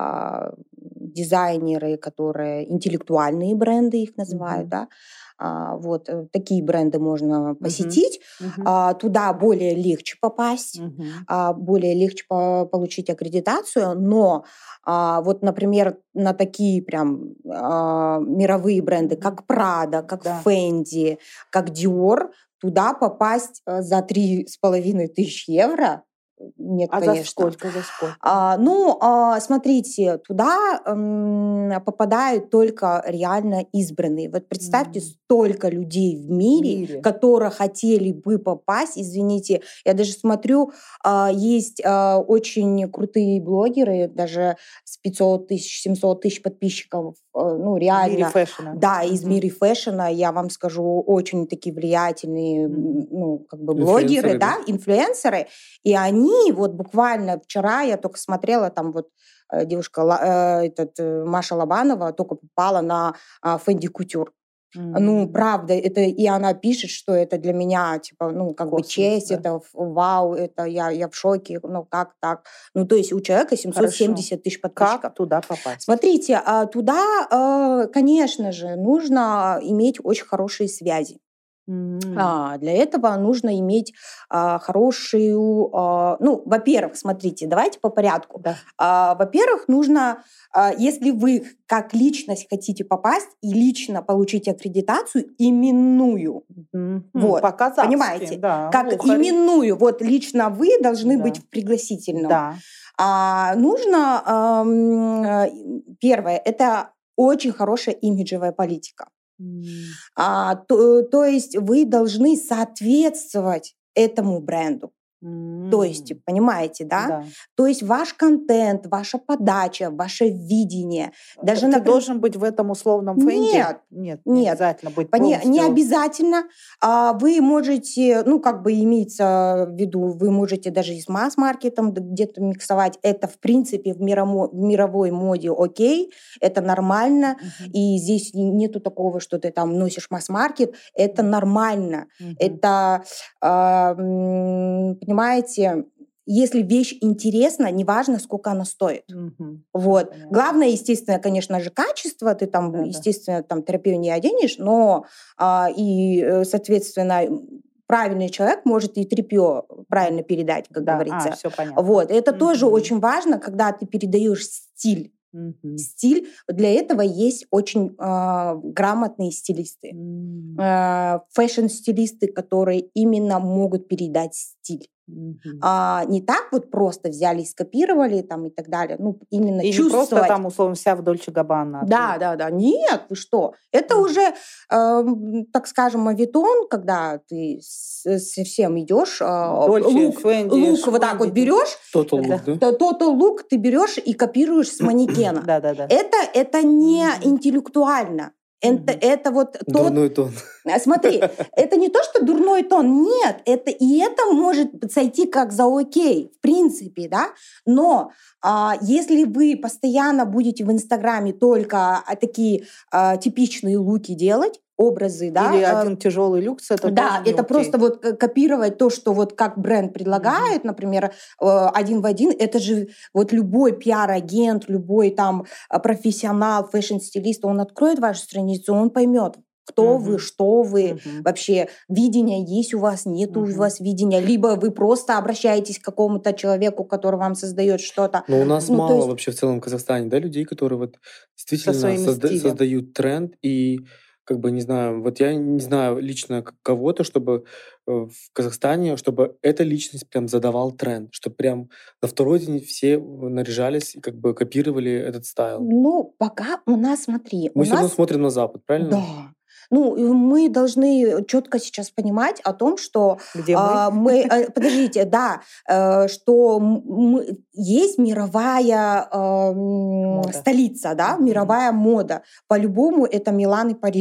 а, дизайнеры, которые интеллектуальные бренды их называют, Мгм. да. А, Вот э, такие бренды можно Мгм. посетить. Мгм. А, Туда более легче попасть, Мгм. а, более легче по- получить аккредитацию, но а, вот, например, на такие прям а, мировые бренды, Мгм. как Prada, как Да. Fendi, как Dior, туда попасть э, за три с половиной тысячи евро нет, А за конечно. сколько, за сколько? А, ну, а, смотрите, туда м, попадают только реально избранные. Вот представьте, М. столько людей в В мире, мире. которые хотели бы попасть. Извините, я даже смотрю, а, есть а, очень крутые блогеры, даже с пятьсот тысяч, семьсот тысяч подписчиков. а, Ну, В мире реально, фэшна. да, из Мгм. мира фэшена, я вам скажу, очень такие влиятельные, м, Мгм. ну, как бы блогеры, Инфлюенсеры, да? да, инфлюенсеры. И они вот буквально вчера я только смотрела, там вот э, девушка Ла- э, этот, э, Маша Лобанова только попала на а, Фенди Кутюр. Ну, М. правда, это и она пишет, что это для меня, типа, ну, как бы Космос, честь, да. это ф- вау, это я, я в шоке, ну, как так? Ну, то есть у человека семьсот Хорошо. семьдесят тысяч подписчиков. Как туда попасть? Смотрите, а туда, э, конечно же, нужно иметь очень хорошие связи. М. А, Для этого нужно иметь а, хорошую, а, ну, во-первых, смотрите, давайте по порядку. Да. А, Во-первых, нужно, а, если вы как личность хотите попасть и лично получить аккредитацию именную, Мгм. вот, По-казахски, понимаете, да, как глухари. именную, вот лично вы должны быть Да. в пригласительном. Да. А, нужно, ам, э, первое, это очень хорошая имиджевая политика. М. А, то, то есть вы должны соответствовать этому бренду. То есть, М. понимаете, да? Да. То есть ваш контент, ваша подача, ваше видение, даже, Ты например... должен быть в этом условном фенде? Нет, Нет, не нет. обязательно быть Поне- Не полностью. обязательно. А, Вы можете, ну, как бы имеется в виду, вы можете даже и с масс-маркетом д- где-то миксовать. Это, в принципе, в, мирамо- в мировой моде окей, это нормально. Мгм. И здесь н- нету такого, что ты там носишь масс-маркет. Это Мгм. нормально. Мгм. Это, а, м, понимаете, если вещь интересна, неважно, сколько она стоит. Мгм. Всё Вот. понятно. Главное, естественно, конечно же, качество. Ты там, Да-да. естественно, там терапию не оденешь, но а, и, э, соответственно, м, правильный человек может и тряпье правильно передать, как Да, а, говорится. все понятно. Вот. Это тоже Мгм. очень важно, когда ты передаешь стиль. Мгм. Стиль. Для этого есть очень а, грамотные стилисты. М. А, Фэшн-стилисты, которые именно могут передать стиль. Мгм. А, не так вот просто взяли и скопировали там и так далее. Ну, именно И не просто чувствовать. там, условно, вся в Дольче Габбана. Да, да, да. Нет, вы что? Это Мгм. уже, эм, так скажем, моветон, когда ты с, со всем идешь, а, Дольче, лук, Фенди, лук вот так вот Швенди. берешь, Total Да. Look, да? то тот лук ты берешь и копируешь с манекена. Да-да-да. Это, это не Мгм. интеллектуально. Это, Мгм. это вот тот... Дурной тон. А, Смотри, это не то, что дурной тон, нет, это и это может сойти как за окей, в принципе, да, но а, если вы постоянно будете в Инстаграме только а, такие а, типичные луки делать, образы, да, Или а, один тяжелый люкс, это да, тоже не это окей. просто вот к- копировать то, что вот как бренд предлагает, например, э, один в один, это же вот любой пиар-агент, любой там э, профессионал, фэшн-стилист, он откроет вашу страницу, он поймет, кто вы, Мгм. что вы, Мгм. вообще видение есть у вас, нет у Мгм. вас видения, либо вы просто обращаетесь к какому-то человеку, который вам создает что-то. Но у нас Ну, то мало есть- вообще в целом в Казахстане, да, людей, которые вот действительно своим созда- стилем. создают тренд и как бы, не знаю, вот я не знаю лично к- кого-то, чтобы э, в Казахстане, чтобы эта личность прям задавал тренд, чтобы прям на второй день все наряжались и как бы копировали этот стайл. Ну, пока у нас, смотри, Мы у все равно нас... смотрим на Запад, правильно? Да. Ну, и мы должны четко сейчас понимать о том, что Где мы? а, мы, э, подождите, да, э, что м- мы- есть мировая э, м, Мода. столица, да, Мгм. мировая мода. По-любому это Милан и Париж.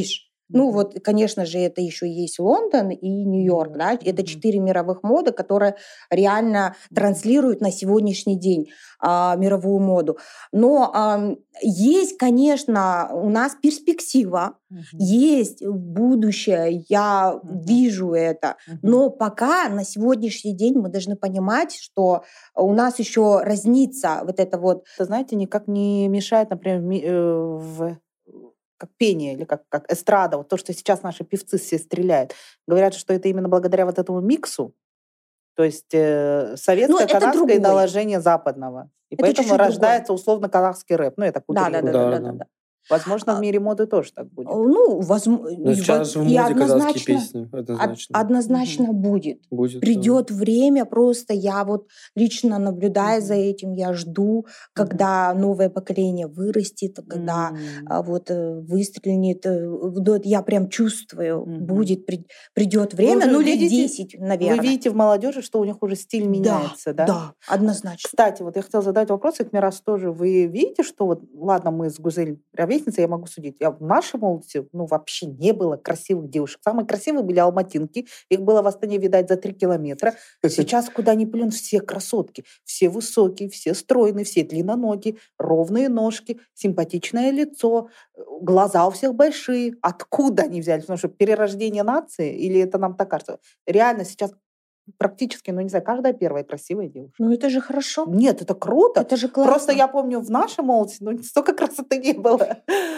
Ну вот, конечно же, это еще есть Лондон и Нью-Йорк, да, это четыре мировых моды, которые реально транслируют на сегодняшний день а, мировую моду. Но а, есть, конечно, у нас перспектива, Мгм. есть будущее, я Мгм. вижу это, Мгм. но пока на сегодняшний день мы должны понимать, что у нас еще разнится вот это вот. Это, знаете, никак не мешает, например, ми- э, в как пение или как, как эстрада, вот то, что сейчас наши певцы все стреляют. Говорят, что это именно благодаря вот этому миксу, то есть э, Ну, советское, это казахское и другой. доложение западного. И Это поэтому чуть-чуть другое. рождается условно казахский рэп. Ну, я так Да, да, да, утрирую. да, Да, да, да, да. да. Возможно, в А, мире моды тоже так будет. Ну, возможно, Но сейчас же в и моде казахские однозначно, песни, од- однозначно. однозначно будет. Будет, да. Придет время, просто я вот лично наблюдаю за Мгм. этим, я жду, Мгм. когда новое поколение вырастет, когда М. а, вот э, выстрелит, э, вот я прям чувствую, Мгм. будет, при- придет Вы время, уже ну лет видите, десять, вы наверное. видите в молодежи, что у них уже стиль Да, меняется, да? да, однозначно. Кстати, вот я хотела задать вопрос, и к Мирас тоже. Вы видите, что вот, ладно, мы с Гузель ровесницы, я могу судить. Я в нашей молодости, ну, вообще не было красивых девушек. Самые красивые были алматинки. Их было в Астане видать за три километра. Сейчас куда ни плюнь, все красотки. Все высокие, все стройные, все длинноногие, ровные ножки, симпатичное лицо, э, глаза у всех большие. Откуда они взялись? Потому что перерождение нации, или это нам так кажется? Реально сейчас практически, ну, не знаю, каждая первая красивая девушка. Ну это же хорошо, Нет, это круто. это же Просто классно. я помню, в нашей молодости, ну, столько красоты не было.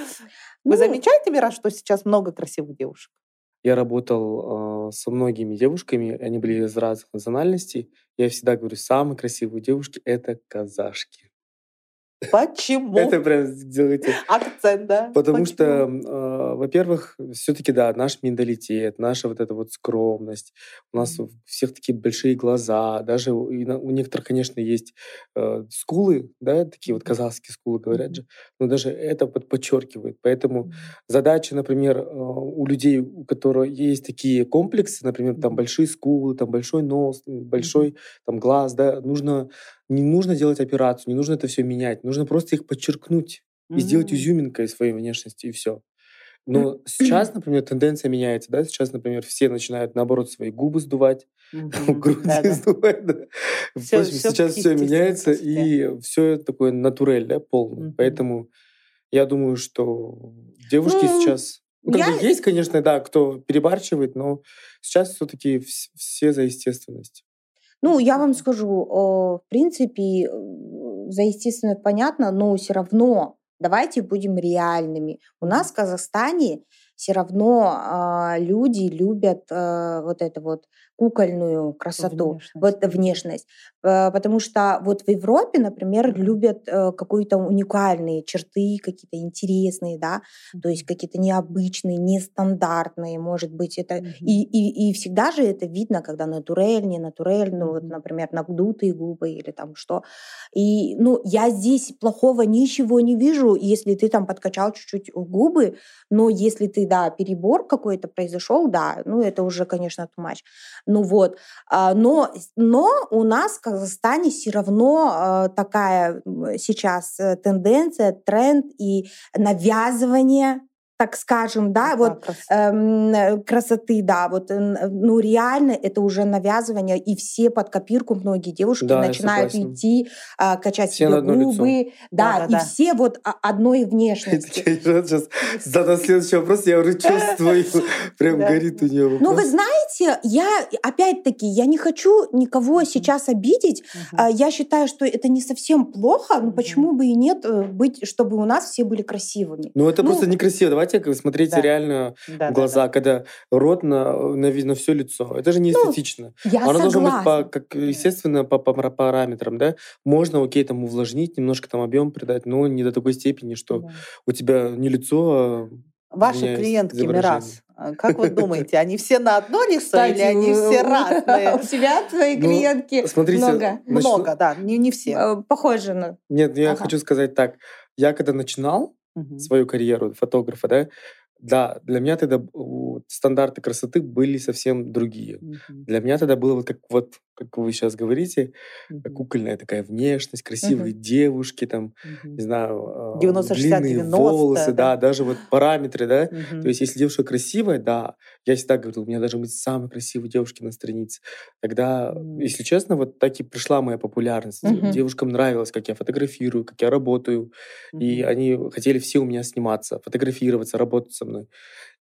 Вы Ну, замечаете, Мира, что сейчас много красивых девушек? Я работал а, со многими девушками, они были из разных национальностей. Я всегда говорю, самые красивые девушки — это казашки. Это Почему? прям сделайте. Акцент, да? Потому что, Почему? э, во-первых, все-таки, да, наш менталитет, наша вот эта вот скромность, у нас у Мгм. всех такие большие глаза, даже у, и на- у некоторых, конечно, есть э, скулы, да, такие вот Мгм. казахские скулы, говорят Мгм. же, но даже это под- подчеркивает. Поэтому Мгм. задача, например, э, у людей, у которых есть такие комплексы, например, там Мгм. большие скулы, там большой нос, м, Мгм. большой там глаз, да, нужно, не нужно делать операцию, не нужно это все менять, нужно просто их подчеркнуть и сделать М. изюминкой своей внешности, и все. Но сейчас, например, тенденция меняется, да, сейчас, например, все начинают, наоборот, свои губы сдувать, Мгм. груди Да-да. сдувать, да. В Все, общем, все в сейчас все естественной меняется, красоте. и все такое натурель, да, полный. Мгм. Поэтому я думаю, что девушки ну, сейчас, ну, как я бы есть, конечно, да, кто перебарщивает, но сейчас все-таки все за естественность. Ну, я вам Мгм. скажу, э, в принципе, э, за естественно понятно, но все равно давайте будем реальными. У Мгм. нас в Казахстане все равно а, люди любят э, вот эту вот кукольную красоту, Внешность. вот Мгм. внешность. Э, Потому что вот в Европе, например, Мгм. любят э, какие-то уникальные черты, какие-то интересные, да, то есть Мгм. какие-то необычные, нестандартные, может быть, это и, Мгм. и, и всегда же это видно, когда натурель, не натурель, ну вот, Мгм. например, надутые губы или там что. И, ну, я здесь плохого ничего не вижу, если ты там подкачал чуть-чуть губы, но если ты, да, перебор какой-то произошел, да, ну это уже, конечно, too much. Ну вот, а, но, но у нас в Казахстане все равно а, такая м, сейчас э, тенденция, тренд и навязывание, так скажем, да, Да, вот красоты. эм, э, красоты, да, вот, э, н- ну реально это уже навязывание, и все под копирку, многие девушки Да, я начинают согласен. идти, а, качать Все себе на одно лицо. губы, да, и Да-да-да. все вот о- одной И внешности. такая Ижан сейчас задаст следующий вопрос, я уже чувствую, прям Да. горит у нее Ну, вы вопрос. знаете, я, опять-таки, я не хочу никого Мгм. сейчас обидеть. А, Мгм. Я считаю, что это не совсем плохо, но Мгм. почему бы и нет э, быть, чтобы у нас все были красивыми. Ну, это просто Ну, некрасиво. Давайте как, смотрите Да. реально в Да-да-да. глаза, когда рот на, на, ви- на все лицо. Это же не ну, эстетично. я Оно должно быть, по, согласна. как, естественно, по, по пара- параметрам, да. Можно, окей, там увлажнить, немножко там объем придать, но не до такой степени, что Да. у тебя не лицо, а, Ваши извиняюсь, клиентки, изображение. Мирас, а, как вы думаете, они все на одно лицо или Кстати, они все у разные? у тебя твои Ну, клиентки смотрите, много, начну... Много, да, не, не все. э, похожи на... Нет, я Ага. хочу сказать так. Я когда начинал Мгм. свою карьеру фотографа, да, да, для меня тогда у, стандарты красоты были совсем другие. Мгм. Для меня тогда было вот как, вот, как вы сейчас говорите, Мгм. кукольная такая внешность, красивые Мгм. девушки, там, Мгм. не знаю, э, девяносто шестьдесят длинные девяносто, волосы, да? да, даже вот параметры, да. То Мгм. есть если девушка красивая, да, я всегда говорил, у меня должны быть самые красивые девушки на странице. Тогда, М. если честно, вот так и пришла моя популярность. Мгм. Девушкам нравилось, как я фотографирую, как я работаю, и Мгм. они хотели все у меня сниматься, фотографироваться, работать со мной.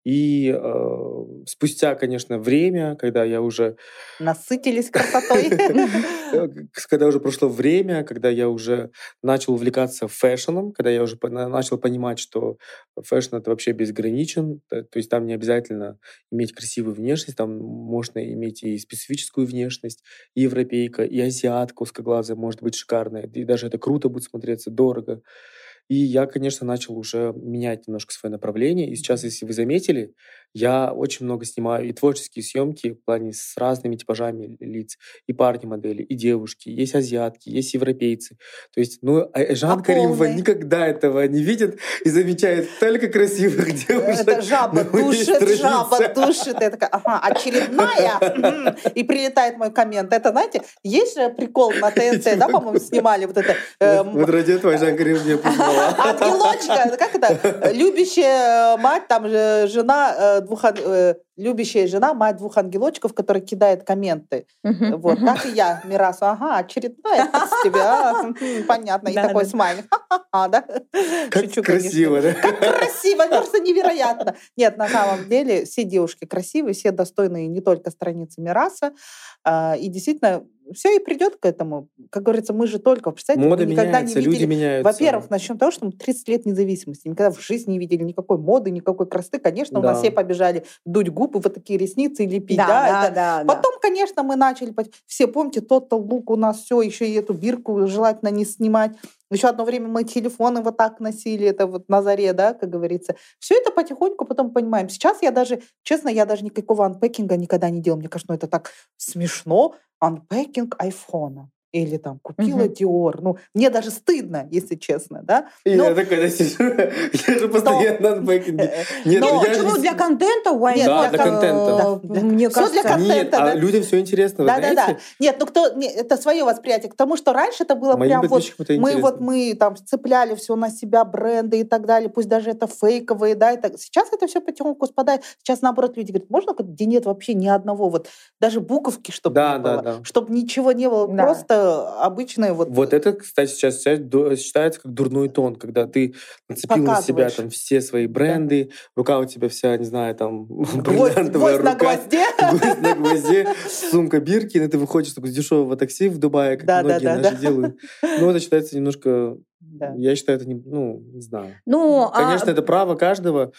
И э, спустя, конечно, время, когда я уже Насытились красотой. Э, к когда уже прошло время, когда я уже начал увлекаться фэшном, когда я уже пона начал понимать, что фэшн — это вообще безграничен. Т то есть там не обязательно иметь красивую внешность, там можно иметь и специфическую внешность, и европейка, и азиатка узкоглазая может быть шикарная, и даже это круто будет смотреться, дорого. И я, конечно, начал уже менять немножко свое направление. И сейчас, Мгм. если вы заметили, я очень много снимаю и творческие съемки в плане с разными типажами лиц. И парни-модели, и девушки, есть азиатки, есть европейцы. То есть, ну, а, э, По Жан Каримова полной. никогда этого не видит и замечает только красивых Это девушек жаба на моей душит, жаба странице. душит. Я такая, ага, очередная. Мгм. И прилетает мой коммент. Это, знаете, есть же прикол на ТНТ, да, по-моему, снимали вот это. Вот эм, вот ради этого Жан Каримов меня позвала. Ангелочка, как это? Любящая мать, там же жена э, двух ан- э, любящая жена, мать двух ангелочков, которая кидает комменты. Мгм. Вот, Мгм. так и я, Мирасу. Ага, очередная с тебя. а, мгм, Понятно. И Да, такой да. смайлик. Ха-ха-ха, да? Как Шучу, конечно. красиво, да? Как красиво, просто невероятно. Нет, на самом деле все девушки красивые, все достойные не только страницы Мираса. А, И действительно, все и придет к этому. Как говорится, мы же только, представляете, мы Мода никогда не меняется, люди видели. меняются. Во-первых, начнем с того, что мы тридцать лет независимости. Никогда в жизни не видели никакой моды, никакой красоты. Конечно, у нас все Да. побежали дуть губы, вот такие ресницы и лепить. Да, Да, да, это... да, да. Потом, конечно, мы начали... пот- Все, помните, тот-то лук у нас все, еще и эту бирку желательно не снимать. Еще одно время мы телефоны вот так носили, это вот на заре, да, как говорится. Все это потихоньку потом понимаем. Сейчас я даже, честно, я даже никакого анпекинга никогда не делала. Мне кажется, ну это так смешно. Анпекинг айфона. Или там купила Мгм. Диор. Ну, мне даже стыдно, если честно, да. И Но, я такой, да, сижу, я же но, постоянно на анпекинге. э, Нет, ну но, я же Почему не... для с- контента? Why нет, Да, not? для для кон- контента. да, Э, для- Мне все для кажется, Нет, контента, а да. людям все интересно, вы Да, да, да. знаете? Нет, ну кто, не, это свое восприятие. К тому, что раньше это было Моим прям вот подписчикам это мы вот интересно. мы там цепляли все на себя бренды и так далее, пусть даже это фейковые, да, и так. Сейчас это все потихоньку спадает. Сейчас наоборот люди говорят, можно где нет вообще ни одного вот даже буковки, чтобы не Да, да, было, да. чтобы ничего не было, да. просто обычные вот Вот это, кстати, сейчас считается ду- считается как дурной тон, когда ты нацепил на себя показываешь. там все свои Да. бренды, рука у тебя вся, не знаю, там Гвоздь, бриллиантовая гвоздь на рука, гвозде. гвоздь на гвозде, сумка Биркин, и ты выходишь такой с дешевого такси в Дубае, как Да, да, многие да, наши да. делают. Ну, это считается немножко, Да. я считаю, это не, ну, не знаю. Ну, Конечно, а, это право каждого,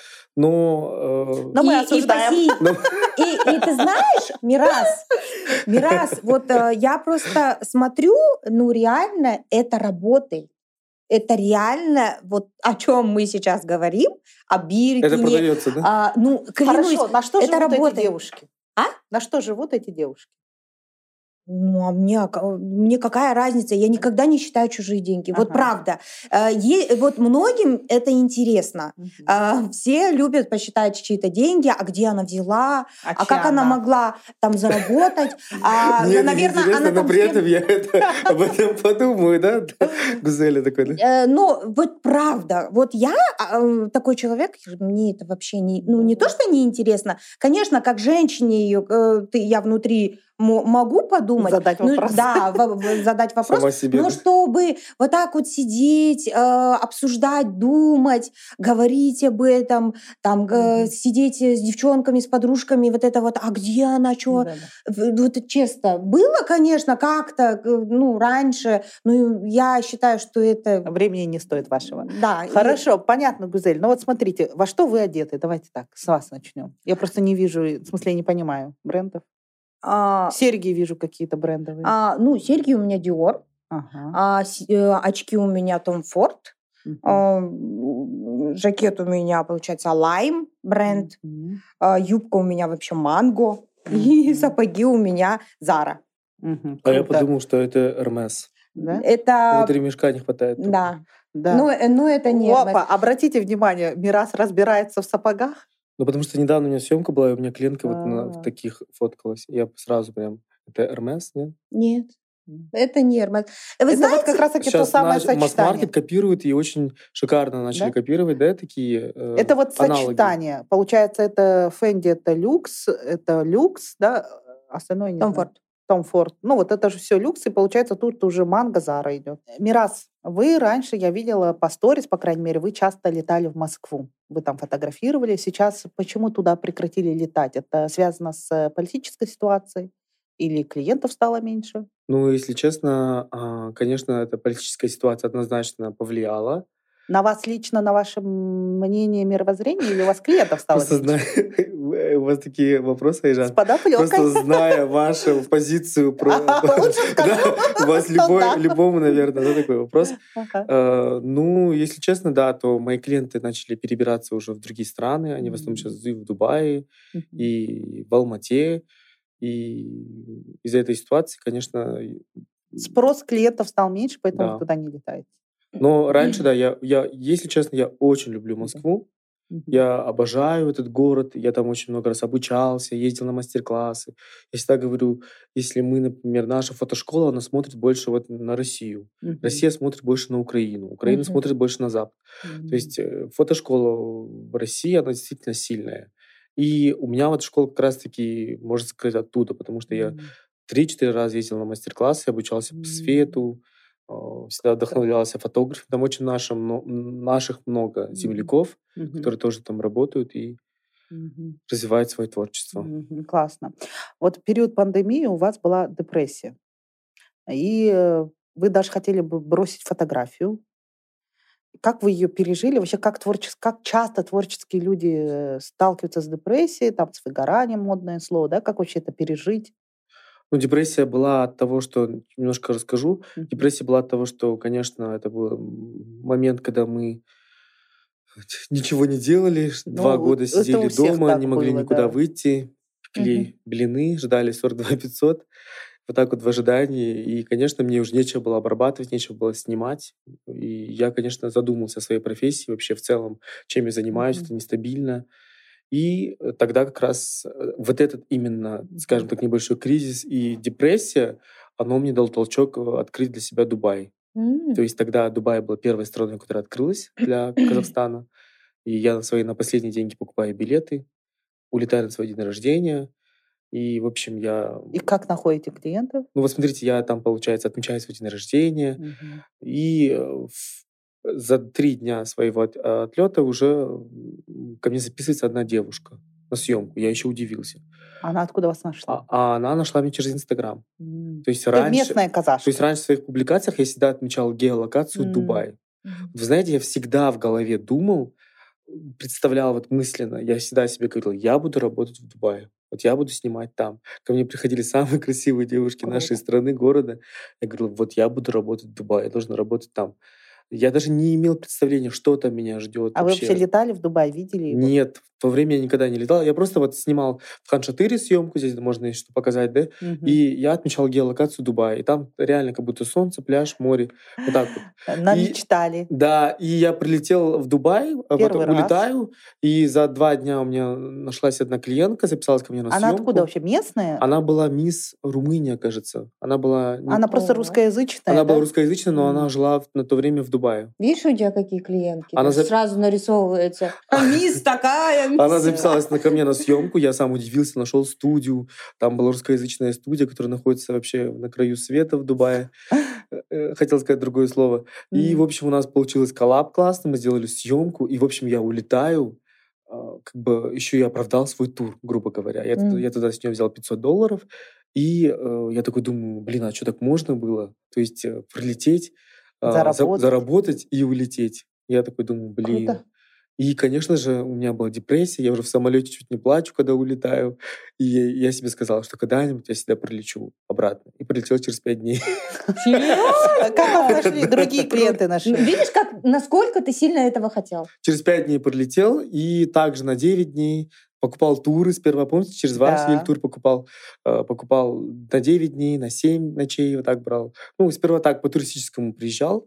но... Но мы и, и, осуждаем. поси- э, но- и, и ты знаешь, Мирас, Мирас, вот э, я просто смотрю, ну реально это работает. Это реально, вот о чем мы сейчас говорим, о Это Биркине. продается, да? А, ну, клянусь, Хорошо, на что это живут эти работает. девушки? А? На что живут эти девушки? Ну, а мне, ка- мне какая разница? Я никогда не считаю чужие деньги. Вот Ага. правда. Э, е- вот многим это интересно. Мгм. А, Все любят посчитать чьи-то деньги, а где она взяла, А а чья как она она? могла там заработать. А, Мне это наверное, интересно, она но там при с кем- этом я это, об этом подумаю, да? Гузеля такой, да? Э, Но вот правда, вот я а, э, такой человек, мне это вообще не, ну не то, что не интересно. Конечно, как женщине ее, э, ты, я внутри мо- могу подумать, Задать ну, вопрос. да, во- в- задать вопрос, Сама себе, но да? чтобы вот так вот сидеть, э, обсуждать, думать, говорить об этом, там э, Мгм. сидеть с девчонками, с подружками, вот это вот, а где она, что, Да-да. вот честно, было, конечно, как-то, э, ну, раньше, но я считаю, что это... Времени не стоит вашего. Да, и- Хорошо, понятно, Гузель. Ну вот смотрите, во что вы одеты? Давайте так, с вас начнем. Я просто не вижу, в смысле, я не понимаю брендов. а, Серьги вижу какие-то брендовые. а, ну, серьги у меня Dior, Ага. а, с- э, очки у меня Tom Ford, Мгм. а, м, жакет у меня, получается, Lime бренд, Мгм. а, юбка у меня вообще Mango, и Мгм. сапоги у меня Zara. Мгм. А я Круто. подумал, что это Hermes. Да? Это, Внутри мешка не хватает. только. да, Да. ну, э, ну это не Hermes. Опа, обратите внимание, Мирас разбирается в сапогах. Ну, потому что недавно у меня съемка была, и у меня клиентка вот на- в А. таких фоткалась. Я сразу прям Это Hermes, нет? Нет, это не Hermes. Вы Это знаете, вот как раз-таки то Сейчас самое наш сочетание. масс-маркет копирует и очень шикарно начали Да? копировать, да, такие э, Это вот аналоги. сочетание. Получается, это Fendi, это люкс, это люкс, да, остальное не Том знаю. Форд. Том Форд. Ну, вот это же все люкс, и получается, тут уже Манго, Зара идет. Мирас, вы раньше, я видела по сторис, по крайней мере, вы часто летали в Москву. Вы там фотографировали. Сейчас почему туда прекратили летать? Это связано с политической ситуацией? Или клиентов стало меньше? Ну, если честно, а, конечно, эта политическая ситуация однозначно повлияла. На вас лично, на ваше мнение, мировоззрение, или у вас клиентов стало Просто меньше? зная, у вас такие вопросы, С Айжан. подоплекой. Просто зная вашу позицию про... Лучше скажу, Да, у вас что любой, да. любому, наверное, да, такой вопрос. Ага. Э, Ну, если честно, да, то мои клиенты начали перебираться уже в другие страны. Они в основном Мгм. сейчас и в Дубае, Мгм. и в Алмате. И из-за этой ситуации, конечно, и- Спрос клиентов стал меньше, поэтому вы да. туда не летаете. Но раньше, да, я, я, если честно, я очень люблю Да. Москву. Мгм. Я обожаю этот город, я там очень много раз обучался, ездил на мастер-классы. Я всегда говорю, если мы, например, наша фотошкола, она смотрит больше вот на Россию. Мгм. Россия смотрит больше на Украину, Украина Мгм. смотрит больше на Запад. То Мгм. есть э, фотошкола в России, она действительно сильная. И у меня вот школа как раз-таки, можно сказать, оттуда, потому что я Мгм. три-четыре раза ездил на мастер-классы, обучался по М. свету, э, всегда вдохновлялся фотографом. Там очень нашим, мно- наших много Мгм. земляков, Мгм. которые тоже там работают и Мгм. развивают свое творчество. Мгм. Классно. Вот в период пандемии у вас была депрессия. И э, вы даже хотели бы бросить фотографию. Как вы ее пережили? Вообще, как, творчес... как часто творческие люди э, сталкиваются с депрессией, там, с выгоранием, модное слово, да? Как вообще это пережить? Ну, депрессия была от того, что, немножко расскажу, Мгм. депрессия была от того, что, конечно, это был м, момент, когда мы ничего не делали, ш- два Ну, года это у сидели всех дома, не так могли было, никуда да. выйти, Мгм. пекли блины, ждали сорок два пятьсот, вот так вот в ожидании. И, конечно, мне уже нечего было обрабатывать, нечего было снимать. И я, конечно, задумался о своей профессии, вообще в целом, чем я занимаюсь, это Мгм. нестабильно. И э, тогда как раз э, вот этот именно, скажем Мгм. так, небольшой кризис и депрессия, оно мне дал толчок э, открыть для себя Дубай. То М. есть тогда Дубай была первой страной, которая открылась для Казахстана. И я на свои на последние деньги покупаю билеты, улетаю на свой день рождения. И, в общем, я... И как находите клиентов? Ну вот смотрите, я там, получается, отмечаю свой день рождения. Мгм. И э, в- за три дня своего от- отлета уже м, ко мне записывается одна девушка на съемку. Я еще удивился. Она откуда вас нашла? А, а она нашла меня через Инстаграм. М. То есть Это раньше, местная то есть казашка. раньше в своих публикациях я всегда отмечал геолокацию М. Дубай. Мгм. Вы знаете, я всегда в голове думал, м, представлял вот мысленно, я всегда себе говорил, я буду работать в Дубае, вот я буду снимать там. Ко мне приходили самые красивые девушки нашей Круто. страны, города. Я говорил, вот я буду работать в Дубае, я должен работать там. Я даже не имел представления, что там меня ждет А вы вообще вообще. летали в Дубай, видели его? Нет, в то время я никогда не летал. Я просто вот снимал в Хан-Шатыре съемку, здесь можно есть что показать, да? И Мгм. я отмечал геолокацию Дубая. И там реально как будто солнце, пляж, море. Вот так вот. И Намечтали. да, и я прилетел в Дубай, а Первый потом раз. улетаю, и за два дня у меня нашлась одна клиентка, записалась ко мне на Она откуда съемку. вообще? Местная? Она была мисс Румыния, кажется. Она была не... Она просто О. русскоязычная, Она была да? русскоязычная, но она М. жила в- на то время в Дубае. Видишь, у тебя какие клиентки? Она, Даже за- сразу нарисовывается. Мисс такая, Она мисс. записалась на, ко мне на съемку, я сам удивился, нашел студию. Там была русскоязычная студия, которая находится вообще на краю света в Дубае. Э, э, Хотел сказать другое слово. И, в М. общем, у нас получилось коллаб классно, мы сделали съемку, и, в общем, я улетаю, а, как бы еще и оправдал свой тур, грубо говоря. Я, туда- М. я тогда с нее взял пятьсот долларов, и э, я такой думаю, блин, а что так можно было? То есть э, прилететь, а, за- Заработать. заработать и улететь. Я такой думаю, блин. Круто. И, конечно же, у меня была депрессия, я уже в самолете чуть не плачу, когда улетаю. И я я себе сказал, что когда-нибудь я сюда прилечу обратно. И прилетел через пять дней. А как вас Серьезно? нашли? Другие клиенты Ну, нашли. видишь, как, насколько ты сильно этого хотел? Через пять дней прилетел, и также на девять дней покупал туры сперва, помните, через вас Да. тур покупал, э, покупал на девять дней, на семь ночей, вот так брал. Ну, сперва так по туристическому приезжал,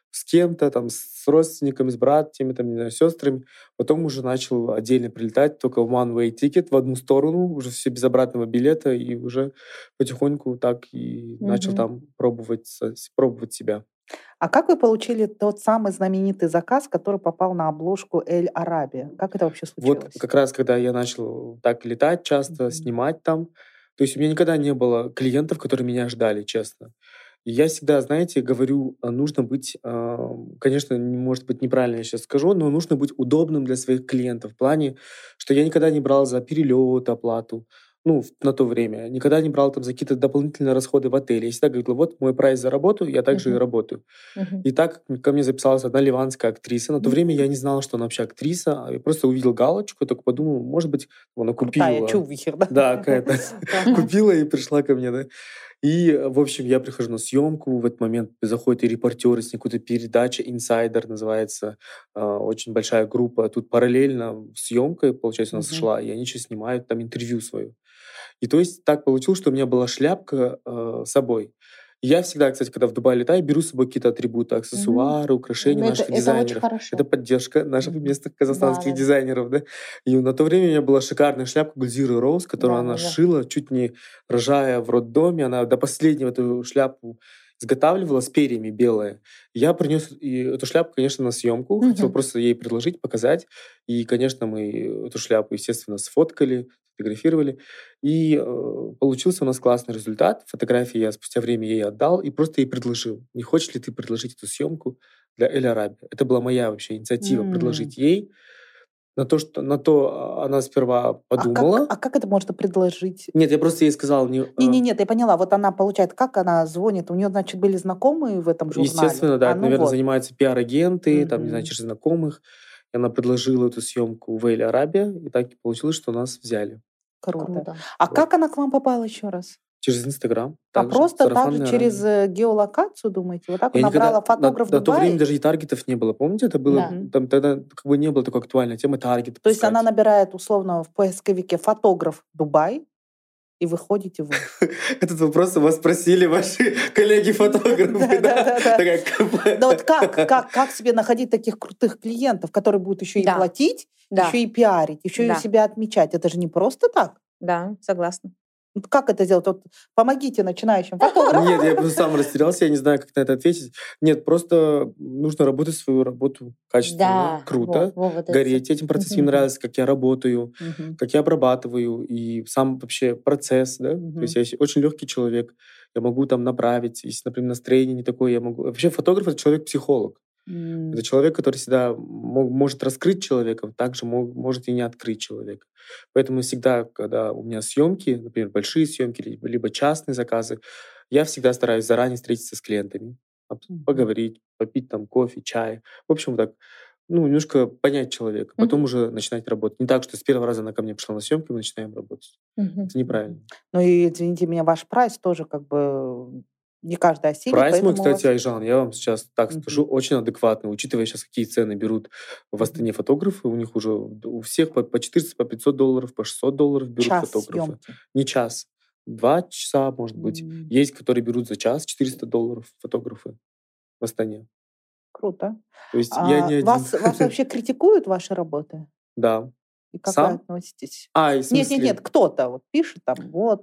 с кем-то, там, с родственниками, с братьями, там, не знаю, сестрами. Потом уже начал отдельно прилетать, только one-way ticket в одну сторону, уже все без обратного билета, и уже потихоньку так и начал Мгм. там пробовать, со- с- пробовать себя. А как вы получили тот самый знаменитый заказ, который попал на обложку «Эль Арабия»? Как это вообще Вот случилось? как раз, когда я начал так летать часто, Мгм. снимать там, то есть у меня никогда не было клиентов, которые меня ждали, честно. И я всегда, знаете, говорю, а, нужно быть, а, конечно, не- может быть, неправильно я сейчас скажу, но нужно быть удобным для своих клиентов в плане, что я никогда не брал за перелет оплату, ну, в- на то время, никогда не брал там за какие-то дополнительные расходы в отеле. Я всегда говорил, вот мой прайс за работу, я также и Мгм. работаю. Мгм. И так ко мне записалась одна ливанская актриса. На то время я не знал, что она вообще актриса. а Я просто увидел галочку, только подумал, может быть, она Крутая купила. чувихер, да? Да, какая-то Ага. купила и пришла ко мне, да. И, э, в общем, я прихожу на съемку, в этот момент заходит и репортер, с какой-то передача «Инсайдер» называется, а, очень большая группа. Тут параллельно съемка, получается, у нас Мгм. шла, и они еще снимают там интервью свое. И то есть так получилось, что у меня была шляпка э, с собой. И я всегда, кстати, когда в Дубай летаю, беру с собой какие-то атрибуты, Мгм. аксессуары, украшения Ну, это, наших это очень дизайнеров. Это хорошо. поддержка наших Мгм. местных Да, казахстанских да, да. дизайнеров, да. И на то время у меня была шикарная шляпка Гульзиры Роуз, которую Да, она да, да. шила, чуть не рожая в роддоме. Она до последнего эту шляпу изготавливала с перьями белая. Я принес и эту шляпу, конечно, на съемку. Хотел Мгм. просто ей предложить, показать. И, конечно, мы эту шляпу, естественно, сфоткали, сфотографировали. И э, получился у нас классный результат. Фотографии я спустя время ей отдал и просто ей предложил. Не хочешь ли ты предложить эту съемку для Эль Араби? Это была моя вообще инициатива М. предложить ей. На то, что на то а, она сперва А как, подумала. а как это можно предложить? Нет, я просто ей сказал, не, Не, не, э, нет, я поняла. Вот она получает, как она звонит? У нее, значит, были знакомые в этом журнале. естественно, да, А это, ну наверное, вот. занимаются пиар-агенты, там, не знаю, Мгм. через знакомых. И она предложила эту съемку в Эль Арабе, и так и получилось, что нас взяли. Круто. Круто. А Вот. как она к вам попала еще раз? Через Инстаграм А также, просто так же сарафанное через радио. э, геолокацию, думаете? Вот так вот Я набрала никогда... На, фотограф на то время Дубай? даже и таргетов не было. Помните, это было... Да. Мгм. Там тогда как бы не было такой актуальной темы таргет То есть она пускать. набирает условно в поисковике фотограф Дубай, и выходите вы. Этот вопрос у вас спросили ваши коллеги-фотографы, да? Да-да-да-да. Такая Да вот как, КП. как, как себе находить таких крутых клиентов, которые будут еще и Да, платить, да, еще и пиарить, еще и да, себя отмечать? Это же не просто так. да, согласна. Вот как это сделать? Вот помогите начинающим фотографам. Нет, я просто сам растерялся, я не знаю, как на это ответить. Нет, просто нужно работать свою работу качественно, Да, вот, круто, вот, вот это. гореть этим процессом. Мне Мгм. нравится, как я работаю, Мгм. как я обрабатываю, и сам вообще процесс, да. То есть Мгм. я с- очень легкий человек, я могу там направить, если, например, настроение не такое, я могу... Вообще фотограф — это человек-психолог. М. Это человек, который всегда мо- может раскрыть человека, также мо- может и не открыть человека. Поэтому всегда, когда у меня съемки, например, большие съемки, либо, либо частные заказы, я всегда стараюсь заранее встретиться с клиентами, об- Мгм. поговорить, попить там кофе, чай. В общем, так, ну, немножко понять человека, потом Мгм. уже начинать работать. Не так, что с первого раза она ко мне пришла на съемки, мы начинаем работать. Мгм. Это неправильно. Ну и, извините меня, ваш прайс тоже как бы не каждый осилит, Прайс мой, поэтому у вас... кстати, Айжан, я вам сейчас так скажу, Мгм. очень адекватный, учитывая сейчас, какие цены берут в Мгм. Астане фотографы. У них уже у всех по, по четыреста, по пятьсот долларов, по шестьсот долларов берут Час фотографы. съемки. Не час, два часа, может быть. М. Есть, которые берут за час четыреста долларов фотографы в Астане. Круто. То есть я не А один. вас, вас вообще критикуют ваши работы? Да. И как вы Сам? относитесь? А, и в Нет, нет, смысле? нет, кто-то вот пишет там, вот,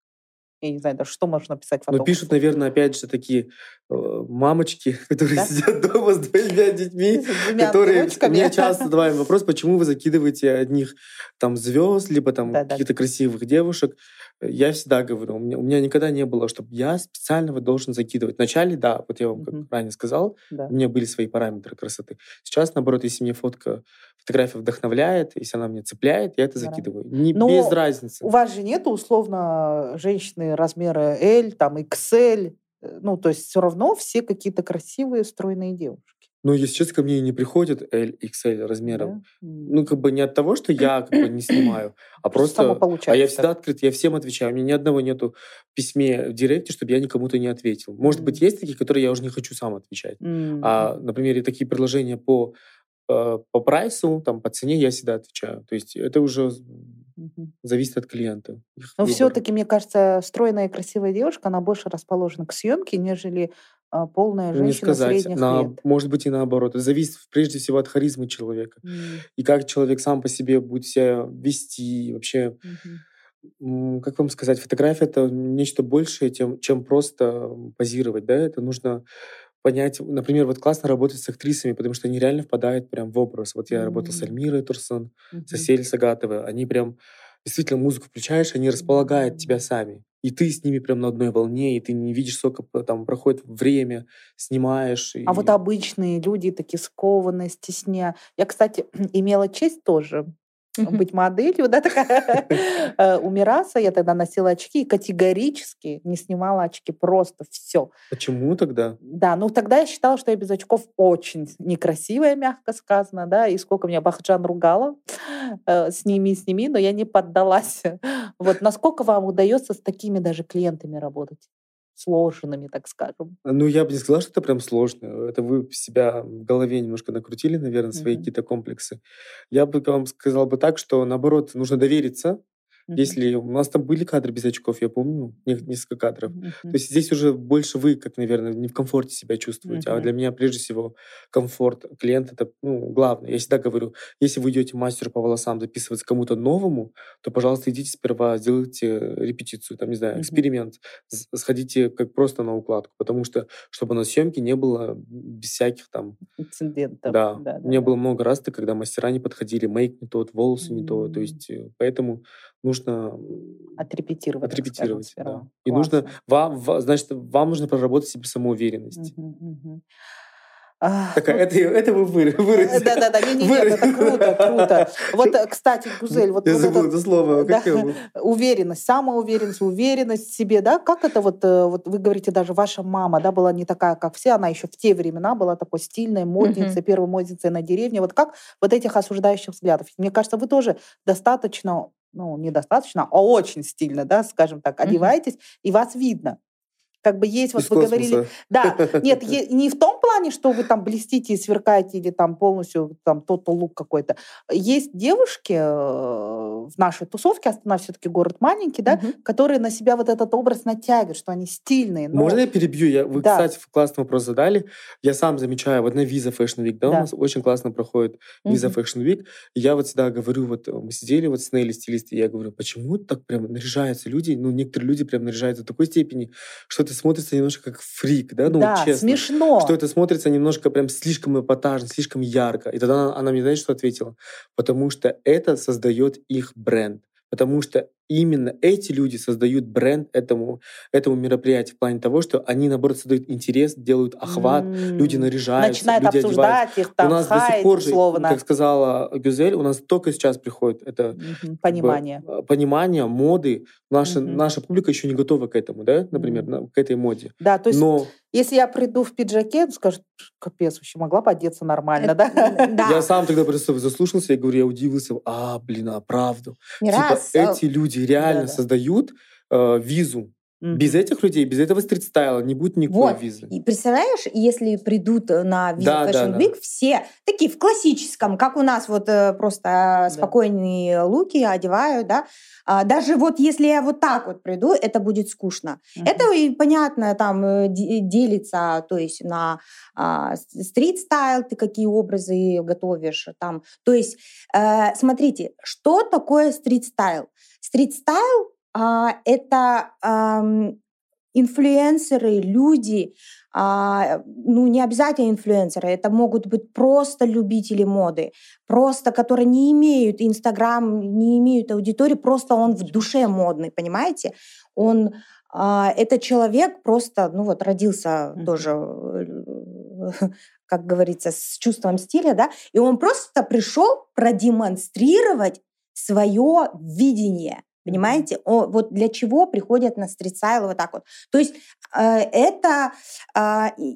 я не знаю даже, что можно написать Ну, пишут, фотографу. наверное, опять же, такие э, мамочки, которые Да? сидят дома с двумя детьми, С двумя которые... ангелочками. Мне часто задавали вопрос, почему вы закидываете одних там звезд, либо там Да-да-да. каких-то красивых девушек. Я всегда говорю, у меня, у меня никогда не было, чтобы я специально вот должен закидывать. Вначале, да, вот я вам как Мгм. ранее сказал, Да. у меня были свои параметры красоты. Сейчас, наоборот, если мне фотка, фотография вдохновляет, если она меня цепляет, я это Да. закидываю. Не, Но без разницы. у вас же нету условно женщины размера L, там икс эль, э, ну, то есть все равно все какие-то красивые, стройные девушки. Ну, если честно, ко мне и не приходят эль икс эль размеров. Да? Ну, М. как бы не от того, что я как бы не снимаю, а Просто само просто... А я получается всегда так. открыт, я всем отвечаю. У меня ни одного нету в письме в директе, чтобы я никому-то не ответил. Может быть, М. есть такие, которые я уже не хочу сам отвечать. М, А, мгм. например, и такие предложения по, э, по прайсу, там, по цене я всегда отвечаю. То есть это уже Мгм. Зависит от клиента, их Но выбора. все-таки, мне кажется, стройная и красивая девушка, она больше расположена к съемке, нежели а, полная Ну, не женщина сказать. средних На, лет. может быть, и наоборот. Это зависит прежде всего от харизмы человека. М, И как человек сам по себе будет себя вести. И вообще, мгм. м, как вам сказать, фотография — это нечто большее, тем, чем просто позировать. Да? Это нужно понять. Например, вот классно работать с актрисами, потому что они реально впадают прям в образ. Вот я работал с М, Альмирой Турсон, с мгм. Асель Сагатовой. Они прям действительно музыку включаешь, они располагают тебя М. сами. И ты с ними прям на одной волне, и ты не видишь, сколько п- там проходит время, снимаешь. А вот И обычные люди такие скованные, стесня. Я, кстати, имела честь тоже Мгм. быть моделью, да, такая. Э, У Мираса я тогда носила очки и категорически не снимала очки. Просто все. почему тогда? Да, ну тогда я считала, что я без очков очень некрасивая, мягко сказано, да, и сколько меня Бахджан ругала, э, сними, сними, но я не поддалась. Вот насколько вам удается с такими даже клиентами работать? Сложными, так скажем. Ну, я бы не сказал, что это прям сложно. Это вы себя в голове немножко накрутили, наверное, свои Мгм. какие-то комплексы. Я бы вам сказал бы так, что, наоборот, нужно довериться. Мгм. Если у нас там были кадры без очков, я помню, не- несколько кадров. То Мгм. есть здесь уже больше вы, как, наверное, не в комфорте себя чувствуете. А Мгм. для меня, прежде всего, комфорт клиента — это, ну, главное. Я всегда говорю, если вы идете мастеру по волосам записываться кому-то новому, то, пожалуйста, идите сперва, сделайте репетицию, там, не знаю, Мгм. эксперимент, с- сходите как просто на укладку, потому что, чтобы на съемке не было без всяких там. Инцидентов. Да, Да, у да, меня да. было много раз, когда мастера не подходили, мейк не тот, волосы не то. То М. есть, э, поэтому нужно м, Отрепетировать, так скажем, отрепетировать, да. сперва. И нужно Классно. вам, ва- значит, вам нужно проработать себе самоуверенность. Мгм. Мгм. А, Такая, ну, это, это вы выра- э, выразили. да-да-да, не-не-нет, это круто, круто. Вот, Выра- э, кстати, Гузель, вот, Я вот забыл этот, это слово. да, Как его? уверенность, самоуверенность, уверенность в себе, да, как это вот, э, вот вы говорите, даже ваша мама, да, была не такая, как все, она еще в те времена была такой стильной модницей, Мгм. первой модницей на деревне. Вот как вот этих осуждающих взглядов? Мне кажется, вы тоже достаточно, ну, недостаточно, а очень стильно, да, скажем так, Мгм. одеваетесь, и вас видно. Как бы есть, Из вот вы говорили, космоса. да, нет, е- не в том плане, что вы там блестите и сверкаете или там полностью там тот лук какой-то. Есть девушки э, в нашей тусовке, Астана все-таки город маленький, да, Мгм. которые на себя вот этот образ натягивают, что они стильные, Можно но я перебью? Я, вы, да, кстати, классный вопрос задали. Я сам замечаю, вот на Visa Fashion Week, да, у нас да. очень классно проходит Visa Мгм. Fashion Week. И я вот всегда говорю, вот э, мы сидели вот с Нелли, стилисты, и я говорю, почему так прям наряжаются люди? Ну, некоторые люди прям наряжаются до такой степени, что это смотрится немножко как фрик, да, ну, вот Да, честно. Что смешно. это смотрится немножко прям слишком эпатажно, слишком ярко. И тогда она, она мне, знаешь, что ответила? Потому что это создает их бренд. Потому что именно эти люди создают бренд этому этому мероприятию в плане того, что они, наоборот, создают интерес, делают охват, люди М, наряжаются, Начинает люди одеваются. обсуждать их У там, нас до сих хаять пор же, как условно. сказала Гюзель, у нас только сейчас приходит это Мгм, как бы Понимание. э, понимание моды. Наша, Мгм. наша публика еще не готова к этому, да, например, М. на- к этой моде. Да, то есть, Но если я приду в пиджаке, то скажут, капец, вообще могла бы одеться нормально, Эт- да? н- я Да, сам тогда просто заслушался, я говорю, я удивился, а, блин, а правду. не Типа раз. э, эти люди реально Да-да. создают э, визу. Без Мгм. этих людей, без этого стрит-стайла не будет никакой Вот. визы. И представляешь, если придут э, на Visa Да, да, Fashion да. Week все такие в классическом, как у нас вот э, просто Да. спокойные луки одевают, да. А, даже вот если я вот так вот приду, это будет скучно. Это Мгм. и понятно, там э, де- делится, то есть на а, с- стрит-стайл, ты какие образы готовишь там. То есть, э, смотрите, что такое стрит-стайл? Стрит-стайл а, это ам, инфлюенсеры, люди, а, ну не обязательно инфлюенсеры, это могут быть просто любители моды, просто которые не имеют Инстаграм, не имеют аудитории, просто он в душе модный, понимаете? Он а, этот человек просто, ну вот родился Мгм. тоже, э, как говорится, с чувством стиля, да, и он просто пришел продемонстрировать свое видение. Мгм. Понимаете? О, вот для чего приходят на стрит-стайл вот так вот. То есть э, это а, и-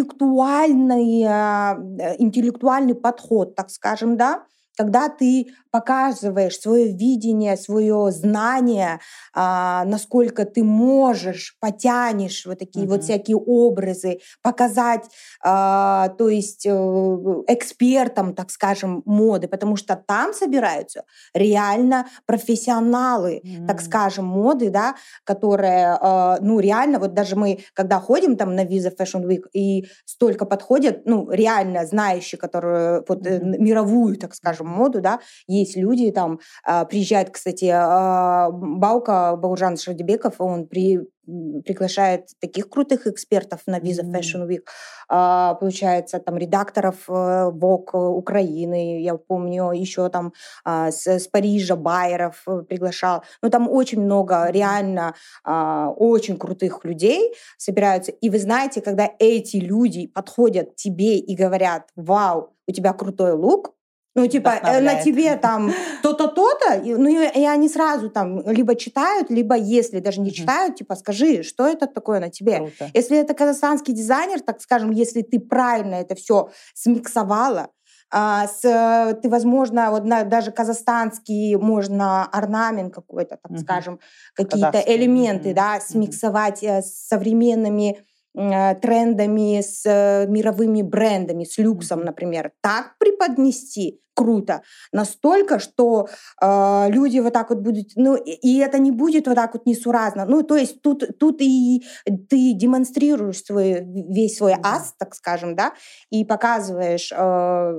интеллектуальный, а, э, интеллектуальный подход, так скажем, да, когда ты показываешь свое видение, свое знание, а, насколько ты можешь, потянешь вот такие uh-huh. вот всякие образы, показать, а, то есть э, экспертам, так скажем, моды, потому что там собираются реально профессионалы, uh-huh. так скажем, моды, да, которые, э, ну, реально, вот даже мы, когда ходим там на Visa Fashion Week, и столько подходят, ну, реально знающие, которые вот uh-huh. мировую, так скажем, моду, да, есть люди там, э, приезжает, кстати, э, Баука Бауржан Шрадибеков, он при приглашает таких крутых экспертов на Visa mm-hmm. Fashion Week, а, получается, там, редакторов Vogue Украины, я помню, еще там а, с, с Парижа байеров приглашал. Ну, там очень много реально а, очень крутых людей собираются. И вы знаете, когда эти люди подходят к тебе и говорят: «Вау, у тебя крутой лук», ну, типа, на тебе там то-то, то-то, ну, и они сразу там либо читают, либо, если даже не читают, типа, скажи, что это такое на тебе. Круто. Если это казахстанский дизайнер, так скажем, если ты правильно это все смиксовала, а, с, ты, возможно, вот на, даже казахстанский, можно орнамент какой-то, так uh-huh. скажем, какие-то элементы, uh-huh. да, смиксовать uh-huh. с современными трендами, с мировыми брендами, с люксом, например, так преподнести круто, настолько, что э, люди вот так вот будут, ну, и, и это не будет вот так вот несуразно. Ну, то есть тут, тут и ты демонстрируешь свой, весь свой ас, так скажем, да, и показываешь э,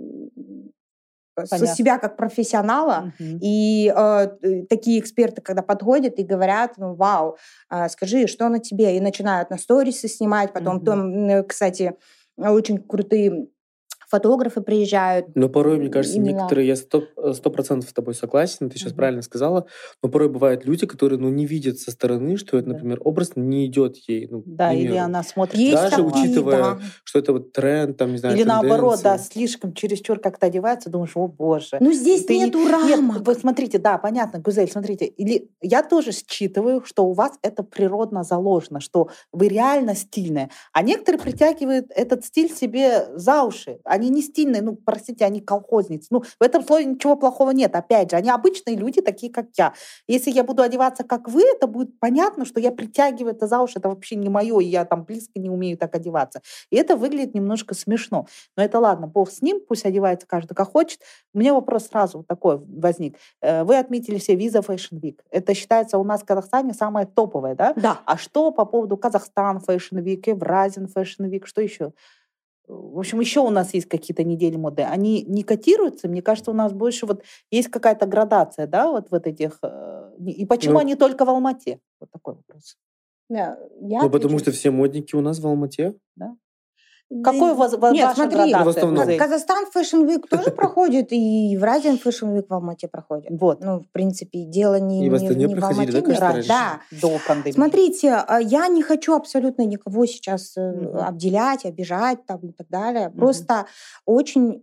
Понятно. себя как профессионала, uh-huh. и э, такие эксперты, когда подходят и говорят: ну, вау, э, скажи, что на тебе, и начинают на сторисы снимать, потом, uh-huh. там, кстати, очень крутые фотографы приезжают. Но порой, мне кажется, именно... некоторые, я сто процентов с тобой согласен, ты сейчас uh-huh. правильно сказала, но порой бывают люди, которые, ну, не видят со стороны, что это, например, образ не идет ей. Ну, да, или она смотрит... Есть даже такие, учитывая, да. что это вот тренд, там, не знаю, или тенденции. наоборот, да, слишком чересчур как-то одевается, думаешь: о боже. Ну, здесь ты нету не... рамок. Нет, вы смотрите, да, понятно, Гузель, смотрите, или я тоже считываю, что у вас это природно заложено, что вы реально стильная, а некоторые притягивают этот стиль себе за уши. Они не стильные, ну, простите, они колхозницы. Ну, в этом слове ничего плохого нет. Опять же, они обычные люди, такие, как я. Если я буду одеваться, как вы, это будет понятно, что я притягиваю это за уши. Это вообще не мое, и я там близко не умею так одеваться. И это выглядит немножко смешно. Но это ладно, бог с ним, пусть одевается каждый как хочет. У меня вопрос сразу такой возник. Вы отметили все Visa Fashion Week. Это считается у нас в Казахстане самое топовое, да? Да. А что по поводу Казахстан Fashion Week, Евразиан Fashion Week, что еще? В общем, еще у нас есть какие-то недели моды. Они не котируются. Мне кажется, у нас больше вот есть какая-то градация, да, вот в этих... И почему ну, они только в Алмате? Вот такой вопрос. Да, я ну, потому что все модники у нас в Алмате. Да. Какой у вас Нет, ваша смотри, градация? Казахстан Fashion Week тоже проходит, и Евразиан Fashion Week в Алмате проходит. Вот. Ну, в принципе, дело не, и в, не, не в Алмате, да, не раньше. Да. До пандемии. Смотрите, я не хочу абсолютно никого сейчас mm-hmm. обделять, обижать там, и так далее. Mm-hmm. Просто очень,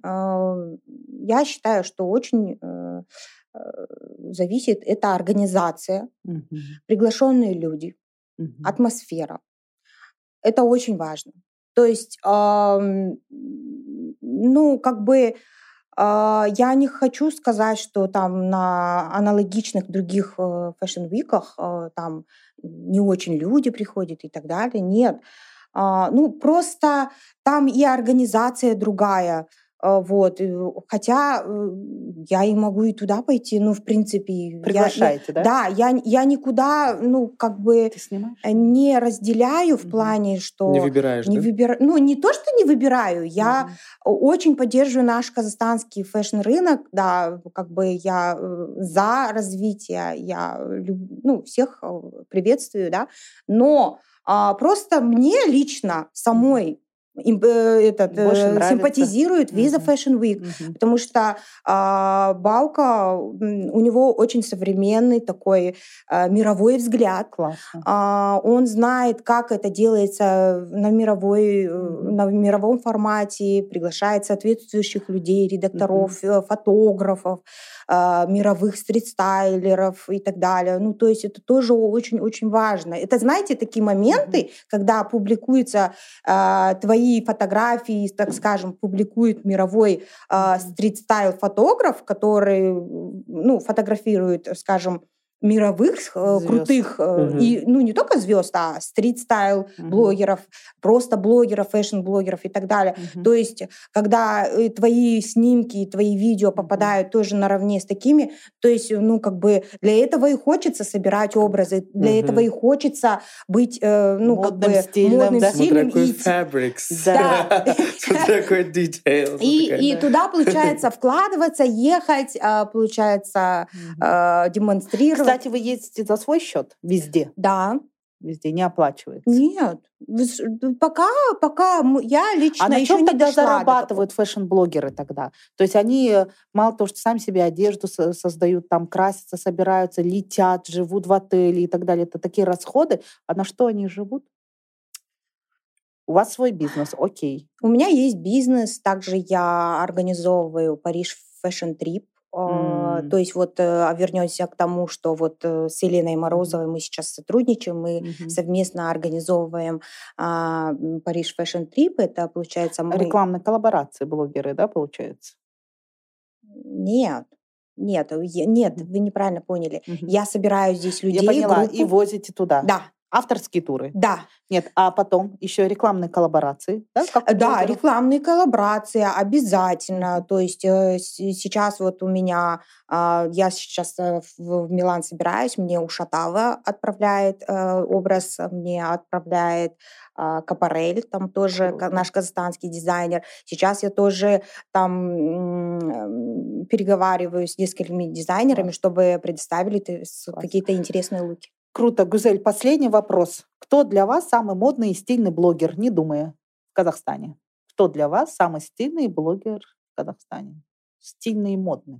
я считаю, что очень зависит эта организация, mm-hmm. приглашенные люди, mm-hmm. атмосфера. Это очень важно. То есть, э, ну, как бы, э, я не хочу сказать, что там на аналогичных других э, фэшн-виках э, там не очень люди приходят и так далее. Нет. Э, ну, просто там и организация другая. Э, вот. Хотя э, я и могу и туда пойти, ну, в принципе... Приглашаете, я, да? Да, я, я никуда, ну, как бы не разделяю в mm-hmm. плане, что... Не выбираешь, не да? Выбира... Ну, не то, что не выбираю, я mm-hmm. очень поддерживаю наш казахстанский фэшн-рынок, да, как бы я за развитие, я ну, всех приветствую, да, но а, просто мне лично самой им, этот, симпатизирует Visa uh-huh. Fashion Week, uh-huh. потому что а, Баука, у него очень современный такой а, мировой взгляд. А, он знает, как это делается на, мировой, uh-huh. на мировом формате, приглашает соответствующих людей, редакторов, uh-huh. фотографов, а, мировых стрит-стайлеров и так далее. Ну, то есть это тоже очень-очень важно. Это, знаете, такие моменты, uh-huh. когда публикуются а, твои твои фотографии, так скажем, публикует мировой э, стрит-стайл-фотограф, который, ну, фотографирует, скажем, мировых э, крутых, э, Мгм. и, ну, не только звезд, а стрит-стайл Мгм. блогеров, просто блогеров, фэшн-блогеров и так далее. Мгм. То есть, когда э, твои снимки, твои видео Мгм. попадают тоже наравне с такими, то есть, ну, как бы для этого и хочется собирать образы, для этого и Мгм. хочется быть, э, ну, как Модным, бы стильным, модным, да? Смотря стильным. какой И, те- fabrics. да. Смотря какой details. И, Такая. и Да. туда, получается, вкладываться, ехать, а, получается, Мгм. а, демонстрировать. Кстати, вы ездите за свой счет везде? Да. Везде не оплачивается. Нет. Вы с- д- Пока, пока м- я А лично на еще чем не тогда дошла до такого. зарабатывают фэшн-блогеры тогда? То есть они э, мало того, что сами себе одежду со- создают, там красятся, собираются, летят, живут в отеле и так далее. Это такие расходы. А на что они живут? У вас свой бизнес, окей. У меня есть бизнес, также я организовываю Париж Fashion Trip. А, М. То есть вот э, вернемся к тому, что вот э, с Еленой Мгм. Морозовой мы сейчас сотрудничаем, мы Мгм. совместно организовываем а, м, Париж Fashion Trip. Это получается мы... Рекламные коллаборации блогеры, да, получается? Нет, нет, э, я- нет, Мгм. вы неправильно поняли. Мгм. Я собираю здесь Я людей, поняла. И группу. возите туда. Да, Авторские туры. да. Нет, а потом еще рекламные коллаборации, да, как у Да, блогеров? рекламные коллаборации обязательно. Мгм. То есть э, с- сейчас вот у меня, а, я сейчас э, в в Милан собираюсь, мне Ушатава отправляет э, образ, а, мне отправляет а, Капарель, там тоже ка- Круто. наш казахстанский дизайнер. Сейчас я тоже там м, м, переговариваю с несколькими дизайнерами, Класс, чтобы предоставили ты- с- класс. какие-то интересные луки. Круто, Гузель. Последний вопрос. Кто для вас самый модный и стильный блогер, не думая, в Казахстане? Кто для вас самый стильный блогер в Казахстане? Стильный и модный.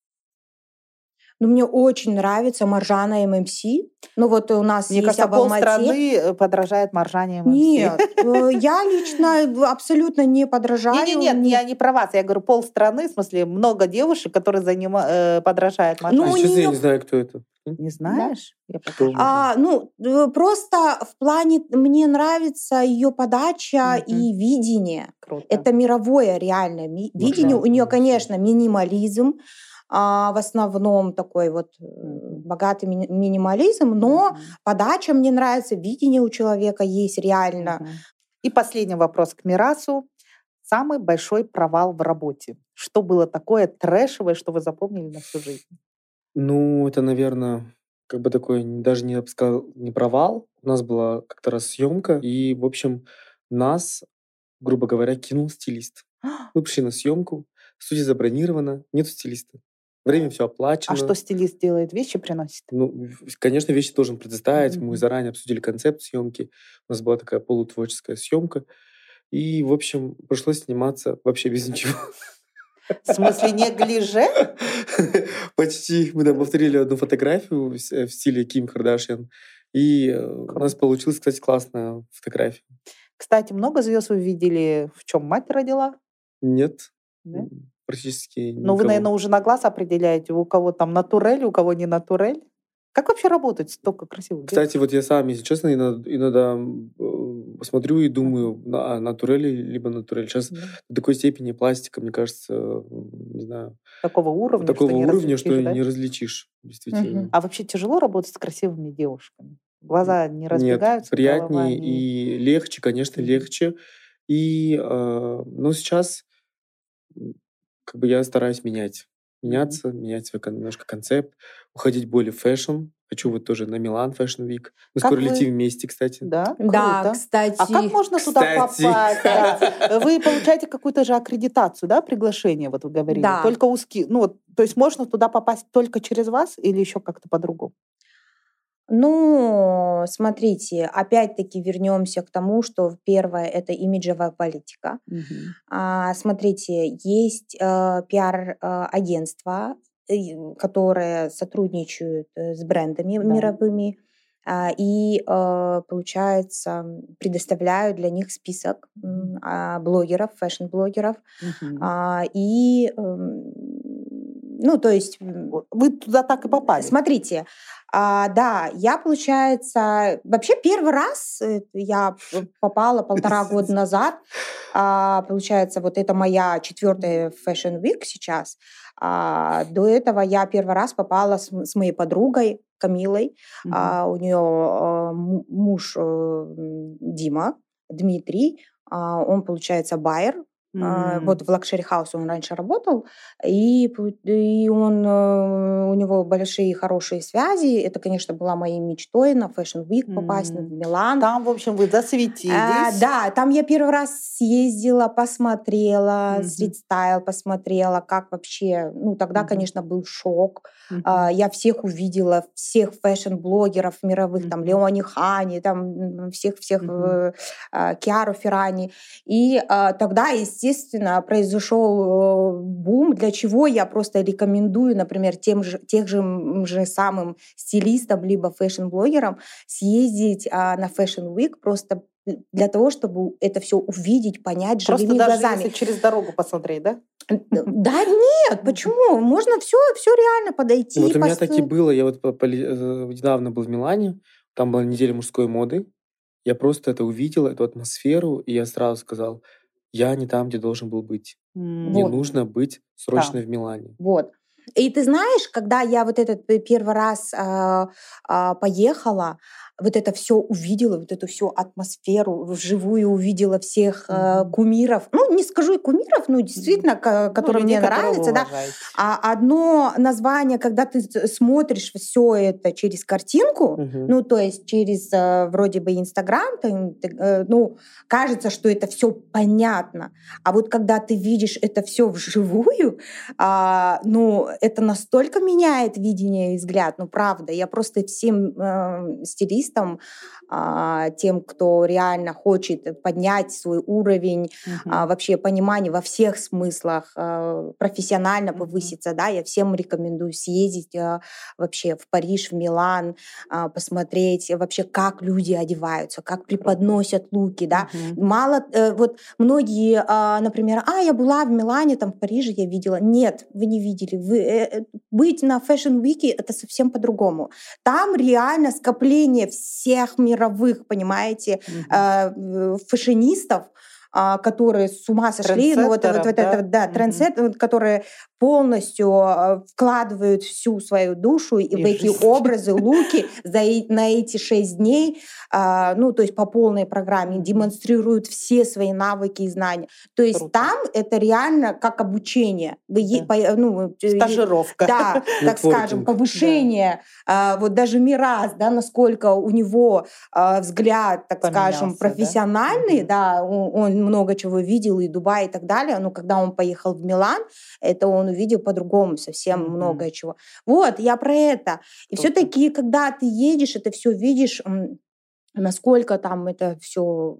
Ну, мне очень нравится Маржана ММС. Ну, вот у нас Мне есть кажется, об Алмате. полстраны э, подражает Маржане ММС. Нет, э, я лично абсолютно не подражаю. Не, не, нет, не- я не про вас. Я говорю полстраны, в смысле много девушек, которые занима- э, подражают Ну, А Маржане. у честно, я неё- не знаю, кто это. М? Не знаешь? Я Кто покажу. можно? А, ну, э, просто в плане мне нравится ее подача Мгм. и видение. Круто. Это мировое реальное ми- видение. Маржан, У нее, ММС. конечно, минимализм, а, в основном такой вот э, Мгм. богатый мини- минимализм, но Мгм. подача мне нравится, видение у человека есть реально. Мгм. И последний вопрос к Мирасу. Самый большой провал в работе. Что было такое трэшевое, что вы запомнили на всю жизнь? Ну, это, наверное, как бы такой, н- даже не, я бы сказал, не провал. У нас была как-то раз съемка, и, в общем, нас, грубо говоря, кинул стилист. Мы пришли на съемку, студия забронирована, нет стилиста. Время все А оплачено. что стилист делает? Вещи приносит? Ну, в- конечно, вещи должен предоставить. Мы Мгм. заранее обсудили концепт съемки. У нас была такая полутворческая съемка. И, в общем, пришлось сниматься вообще без ничего. В смысле, не глиже? Почти. Мы там повторили одну фотографию в с- в стиле Ким Кардашьян. И э, у нас Круто. получилась, кстати, классная фотография. Кстати, много звезд вы видели, в чем мать родила? Нет, Да? м, практически Но вы, никого. наверное, уже на глаз определяете, у кого там натурель, у кого не натурель. Как вообще работать столько красивых девушек? Кстати, вот я сам, если честно, иногда, иногда м, э, смотрю и думаю, на, а, натурель либо натурель. Сейчас Да. до такой степени пластика, мне кажется, м, не знаю, Такого уровня, такого что не уровня, что различишь, да? не различишь, действительно. Мгм. А вообще тяжело работать с красивыми девушками? Глаза не Нет, разбегаются, голова приятнее не... и легче, конечно, Мгм. легче. И, э, ну, сейчас м, как бы я стараюсь менять. Мгм. Меняться, менять свой кон- немножко концепт, уходить более в фэшн. Хочу вот тоже на Милан Fashion Week. Мы Как скоро вы- летим вместе, кстати. Да, Да, круто. кстати. А как можно туда Кстати. попасть? Да. Вы получаете какую-то же аккредитацию, да, приглашение, вот вы говорили. Да. Только узкие, ну вот, то есть можно туда попасть только через вас или еще как-то по-другому? Ну, смотрите, опять-таки вернемся к тому, что первое это имиджевая политика. Мгм. А, смотрите, есть э, пиар-агентства, которые сотрудничают э, с брендами Да. мировыми, а, и, э, получается, м, предоставляют для них список м, а, блогеров, фэшн-блогеров, Мгм. а, и эм, ну, то есть... Вы туда так и попали? Смотрите, а, да, я, получается... Вообще первый раз я попала полтора года назад. А, получается, вот это моя четвертая Fashion Week сейчас. А, до этого я первый раз попала с, с моей подругой Камилой. Mm-hmm. А, у нее а, муж а, Дима, Дмитрий. А, он, получается, байер. Mm-hmm. Вот в Luxury House он раньше работал, и, и он, у него большие хорошие связи. Это, конечно, была моей мечтой на Fashion Week попасть, mm-hmm. в Милан. Там, в общем, вы засветились. А, да, там я первый раз съездила, посмотрела, стрит-стайл mm-hmm. посмотрела, как вообще... Ну, тогда, mm-hmm. конечно, был шок. Mm-hmm. А, я всех увидела, всех фэшн-блогеров мировых, mm-hmm. там, Леони Хани, там, всех-всех, mm-hmm. э, Киару Феррани. И э, тогда, естественно, Естественно, произошел бум, для чего я просто рекомендую, например, тем же, тех же, же самым стилистам либо фэшн-блогерам съездить а, на Fashion Week просто для того, чтобы это все увидеть, понять просто живыми даже глазами. Если через дорогу посмотреть, да? Да нет, почему? Можно все, все реально подойти. Вот у меня так и было. Я вот недавно был в Милане, там была неделя мужской моды. Я просто это увидел, эту атмосферу, и я сразу сказал: я не там, где должен был быть. Mm. Мне вот. нужно быть срочно да. в Милане. Вот. И ты знаешь, когда я вот этот первый раз э, э, поехала, вот это все увидела, вот эту всю атмосферу вживую увидела всех э, кумиров. Ну, не скажу и кумиров, ну, действительно, к, которые ну, мне нравятся. Да? А одно название, когда ты смотришь все это через картинку, угу. ну, то есть через э, вроде бы Инстаграм, э, ну, кажется, что это все понятно. А вот когда ты видишь это все вживую, э, ну, это настолько меняет видение и взгляд. Ну, правда, я просто всем э, стилистам, тем, кто реально хочет поднять свой уровень uh-huh. вообще понимания во всех смыслах, профессионально uh-huh. повыситься, да, я всем рекомендую съездить вообще в Париж, в Милан, посмотреть вообще, как люди одеваются, как преподносят луки, да. Uh-huh. Мало, вот многие, например, а, я была в Милане, там в Париже я видела. Нет, вы не видели. Вы, быть на Fashion Week — это совсем по-другому. Там реально скопление всех мировых, понимаете, mm-hmm. э, фэшонистов, э, которые с ума сошли, ну, вот, вот, вот да? это, да, mm-hmm. трендсеттеры, которые полностью вкладывают всю свою душу и, и в эти образы, луки за, на эти шесть дней, э, ну, то есть по полной программе, демонстрируют все свои навыки и знания. То есть Круто. Там это реально как обучение. Вы, да. по, ну, Стажировка. Да, так скажем, повышение. Да. Э, вот даже Мирас, да, насколько у него э, взгляд, так Поменялся, скажем, профессиональный, да, да он, он много чего видел, и Дубай, и так далее, но когда он поехал в Милан, это он увидел по-другому совсем mm-hmm. многое чего. Вот, я про это. И Круто. Все-таки, когда ты едешь, это все видишь, насколько там это все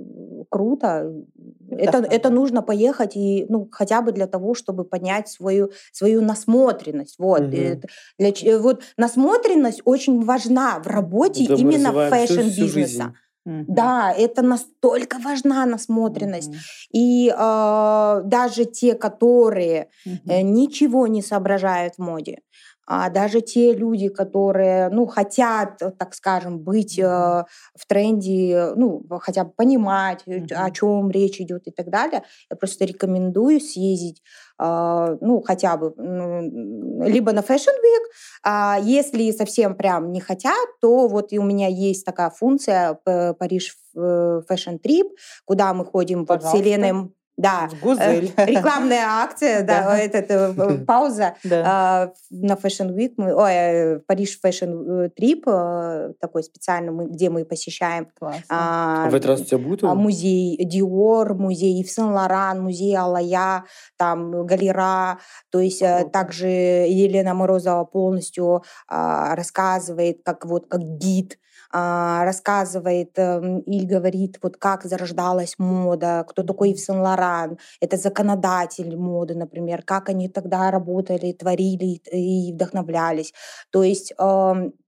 круто. Это, да, это да. нужно поехать, и, ну, хотя бы для того, чтобы поднять свою, свою насмотренность. Вот. Mm-hmm. Для, вот насмотренность очень важна в работе да, именно фэшн-бизнеса. Mm-hmm. Да, это настолько важна насмотренность. Mm-hmm. И э, даже те, которые mm-hmm. э, ничего не соображают в моде, а даже те люди, которые, ну, хотят, так скажем, быть э, в тренде, ну, хотя бы понимать, mm-hmm. о чем речь идет и так далее, я просто рекомендую съездить, э, ну, хотя бы э, либо на Fashion Week, а если совсем прям не хотят, то вот и у меня есть такая функция Париж Fashion Trip, куда мы ходим под Вселенной. Да, рекламная акция, да, это пауза на Fashion Week, ой, Париж Fashion Trip, такой специальный, где мы посещаем. А в этот раз у тебя будет? Музей Dior, музей Yves Saint Laurent, музей Алая, там Галера, то есть также Елена Морозова полностью рассказывает, как вот как гид, рассказывает и говорит, вот как зарождалась мода, кто такой Yves Saint Laurent, это законодатель моды, например, как они тогда работали, творили и вдохновлялись. То есть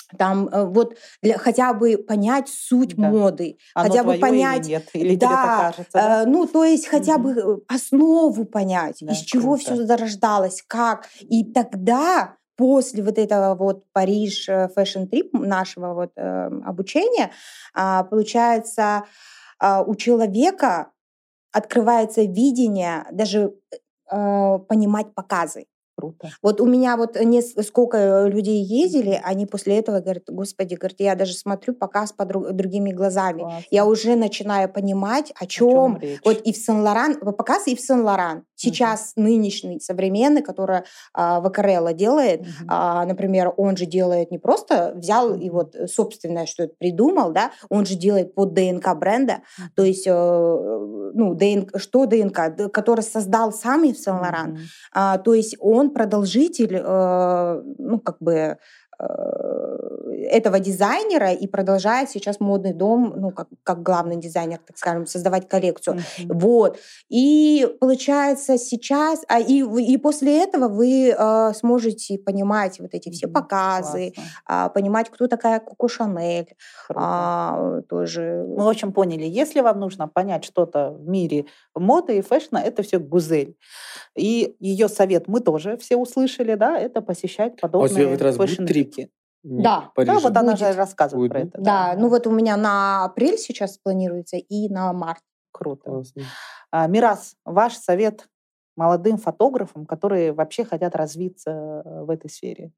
Там э, вот для, хотя бы понять суть Да. моды, Оно хотя бы твое или понять, нет? Или тебе так да, кажется, да? э, ну то есть хотя Мгм. бы э, основу понять, Да, из чего все круто. зарождалось, как. И тогда после вот этого вот Париж э, Fashion Trip нашего вот э, обучения, а, получается, а, у человека открывается видение даже э, понимать показы. Круто. Вот у меня вот нес- сколько людей ездили, они после этого говорят, господи, говорят, я даже смотрю показ по дру- другими глазами. Я Классно. уже начинаю понимать, о О чем чем. речь? Вот и в Сен-Лоран, показ и в Сен-Лоран. Мгм. Сейчас нынешний, современный, который а, Вакарелло делает, Мгм. а, например, он же делает не просто взял и Мгм. вот э, собственное что-то придумал, да, он же делает под ДНК бренда, то Мгм. есть, э, ну, ДНК, что ДНК, Д- который создал сам Ив Сен-Лоран. Мгм. А, то есть он продолжитель, э, ну, как бы, э, этого дизайнера и продолжает сейчас модный дом, ну, как, как главный дизайнер, так скажем, создавать коллекцию. Мгм. Вот. И получается сейчас, а и, вы- и после этого вы э, сможете понимать вот эти все Мгм. показы, Классно. а, понимать, кто такая Коко Шанель, Круто. а, тоже. Мы, в общем, поняли, если вам нужно понять что-то в мире моды и фэшна, это все Гузель. И ее совет мы тоже все услышали, да, это посещать А у тебя в этот подобные раз будет трип фэшн-вики. не- Да, в Да, Париже? вот она же будет. рассказывает Будет, про да? это. Да, Да, ну да. вот у меня на апрель сейчас планируется и на март. Круто. Классно. А, Мирас, ваш совет молодым фотографам, которые вообще хотят развиться э, в этой сфере?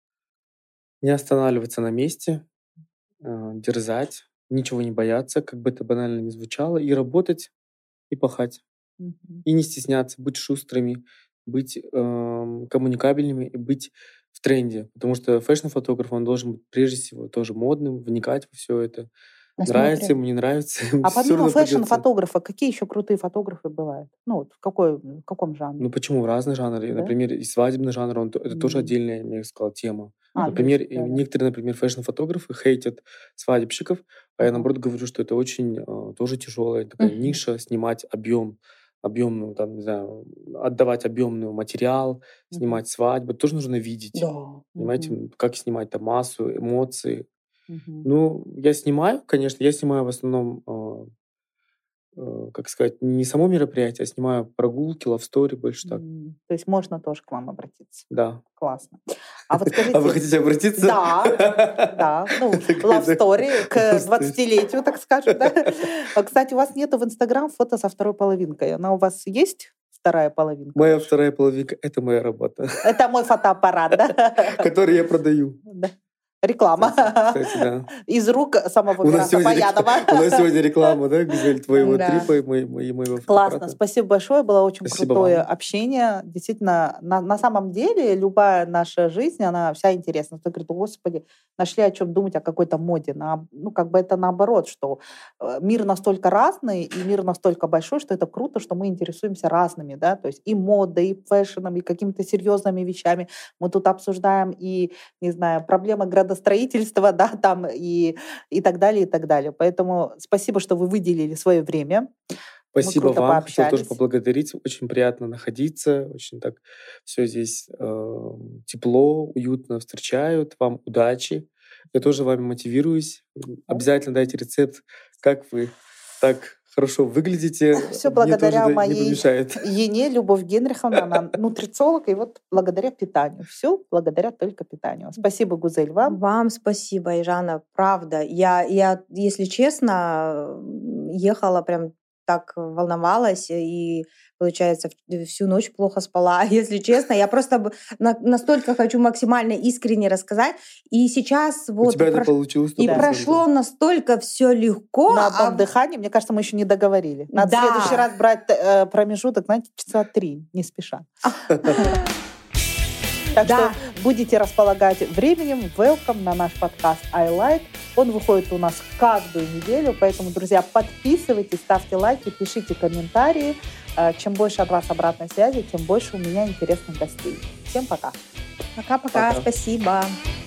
Не останавливаться на месте, э, дерзать, ничего не бояться, как бы это банально ни звучало, и работать, и пахать. Мгм. И не стесняться, быть шустрыми, быть эм, коммуникабельными и быть в тренде. Потому что фэшн-фотограф, он должен быть прежде всего тоже модным, вникать во все это. Нравится Посмотрим. ему, не нравится, ему А все помимо равно придется. фэшн-фотографа, какие еще крутые фотографы бывают? Ну, вот в, какой, в каком жанре? Ну почему? Разные жанры. Да? Например, и свадебный жанр, он, то- это тоже М. отдельная, я бы сказал, тема. А, то Например, есть, и да, да. некоторые, например, фэшн-фотографы хейтят свадебщиков, а я, Ага. наоборот, говорю, что это очень э, тоже тяжелая такая Мгм. ниша, снимать объем, объемную, там, не знаю, отдавать объемный материал, Мгм. снимать свадьбу, тоже нужно видеть, Да. понимаете, Мгм. м, как снимать там массу, эмоции. Мгм. Ну, я снимаю, конечно, я снимаю в основном, э, э, как сказать, не само мероприятие, а снимаю прогулки, лавстори, больше так, М, То есть можно тоже к вам обратиться. да. Классно. А вот А вы скажите, хотите обратиться? да, да, ну, Такая, love да, story к love story. двадцатилетию, так скажем, да? А, Кстати, у вас нету в Инстаграм фото со второй половинкой. Она у вас есть, вторая половинка Моя ваша? вторая половинка — это моя работа, Это мой фотоаппарат, да? которую я продаю. Да. Реклама Кстати, кстати, да. из рук самого У нас Мираса сегодня, рек- у нас Баянова. сегодня реклама, да, Гузель, твоего Да. трипа и мой- мой- и моего Классно, фотоаппарата. спасибо большое, было очень Спасибо крутое вам. общение. Действительно, на, на самом деле любая наша жизнь, она вся интересна. Кто говорит, господи, нашли о чем думать, о какой-то моде. На- ну, как бы это наоборот, что э, мир настолько разный, и мир настолько большой, что это круто, что мы интересуемся разными, да, то есть и модой, и фэшном, и какими-то серьезными вещами. Мы тут обсуждаем и, не знаю, проблемы градостроительства, да, там, и, и так далее, и так далее. Поэтому спасибо, что вы выделили свое время. Мы Спасибо круто вам. Хотел тоже пообщались. поблагодарить. Очень приятно находиться. Очень так все здесь э, тепло, уютно встречают. Вам удачи. Я тоже вами мотивируюсь. Обязательно дайте рецепт, как вы так хорошо выглядите. Все Мне тоже благодаря это не моей помешает. Ене, Любовь Генриховна, она нутрициолог, и вот благодаря питанию. Все благодаря только питанию. Спасибо, Гузель, вам. Вам спасибо, Ижана, правда. Я, я, если честно, м, ехала прям так волновалась и, получается, в- всю ночь плохо спала. Если честно, я просто б- на- настолько хочу максимально искренне рассказать. И сейчас У вот тебя это прош- получилось сто и Да. процентов. прошло настолько все легко. На а одном в- дыхании, мне кажется, мы еще не договорили. Надо в следующий Да. раз брать э, промежуток, знаете, часа три, не спеша. Так Да. что будете располагать временем. Welcome на наш подкаст I Like. Он выходит у нас каждую неделю, поэтому, друзья, подписывайтесь, ставьте лайки, пишите комментарии. Э, Чем больше от вас обратной связи, тем больше у меня интересных гостей. Всем пока. Пока-пока, Пока. спасибо.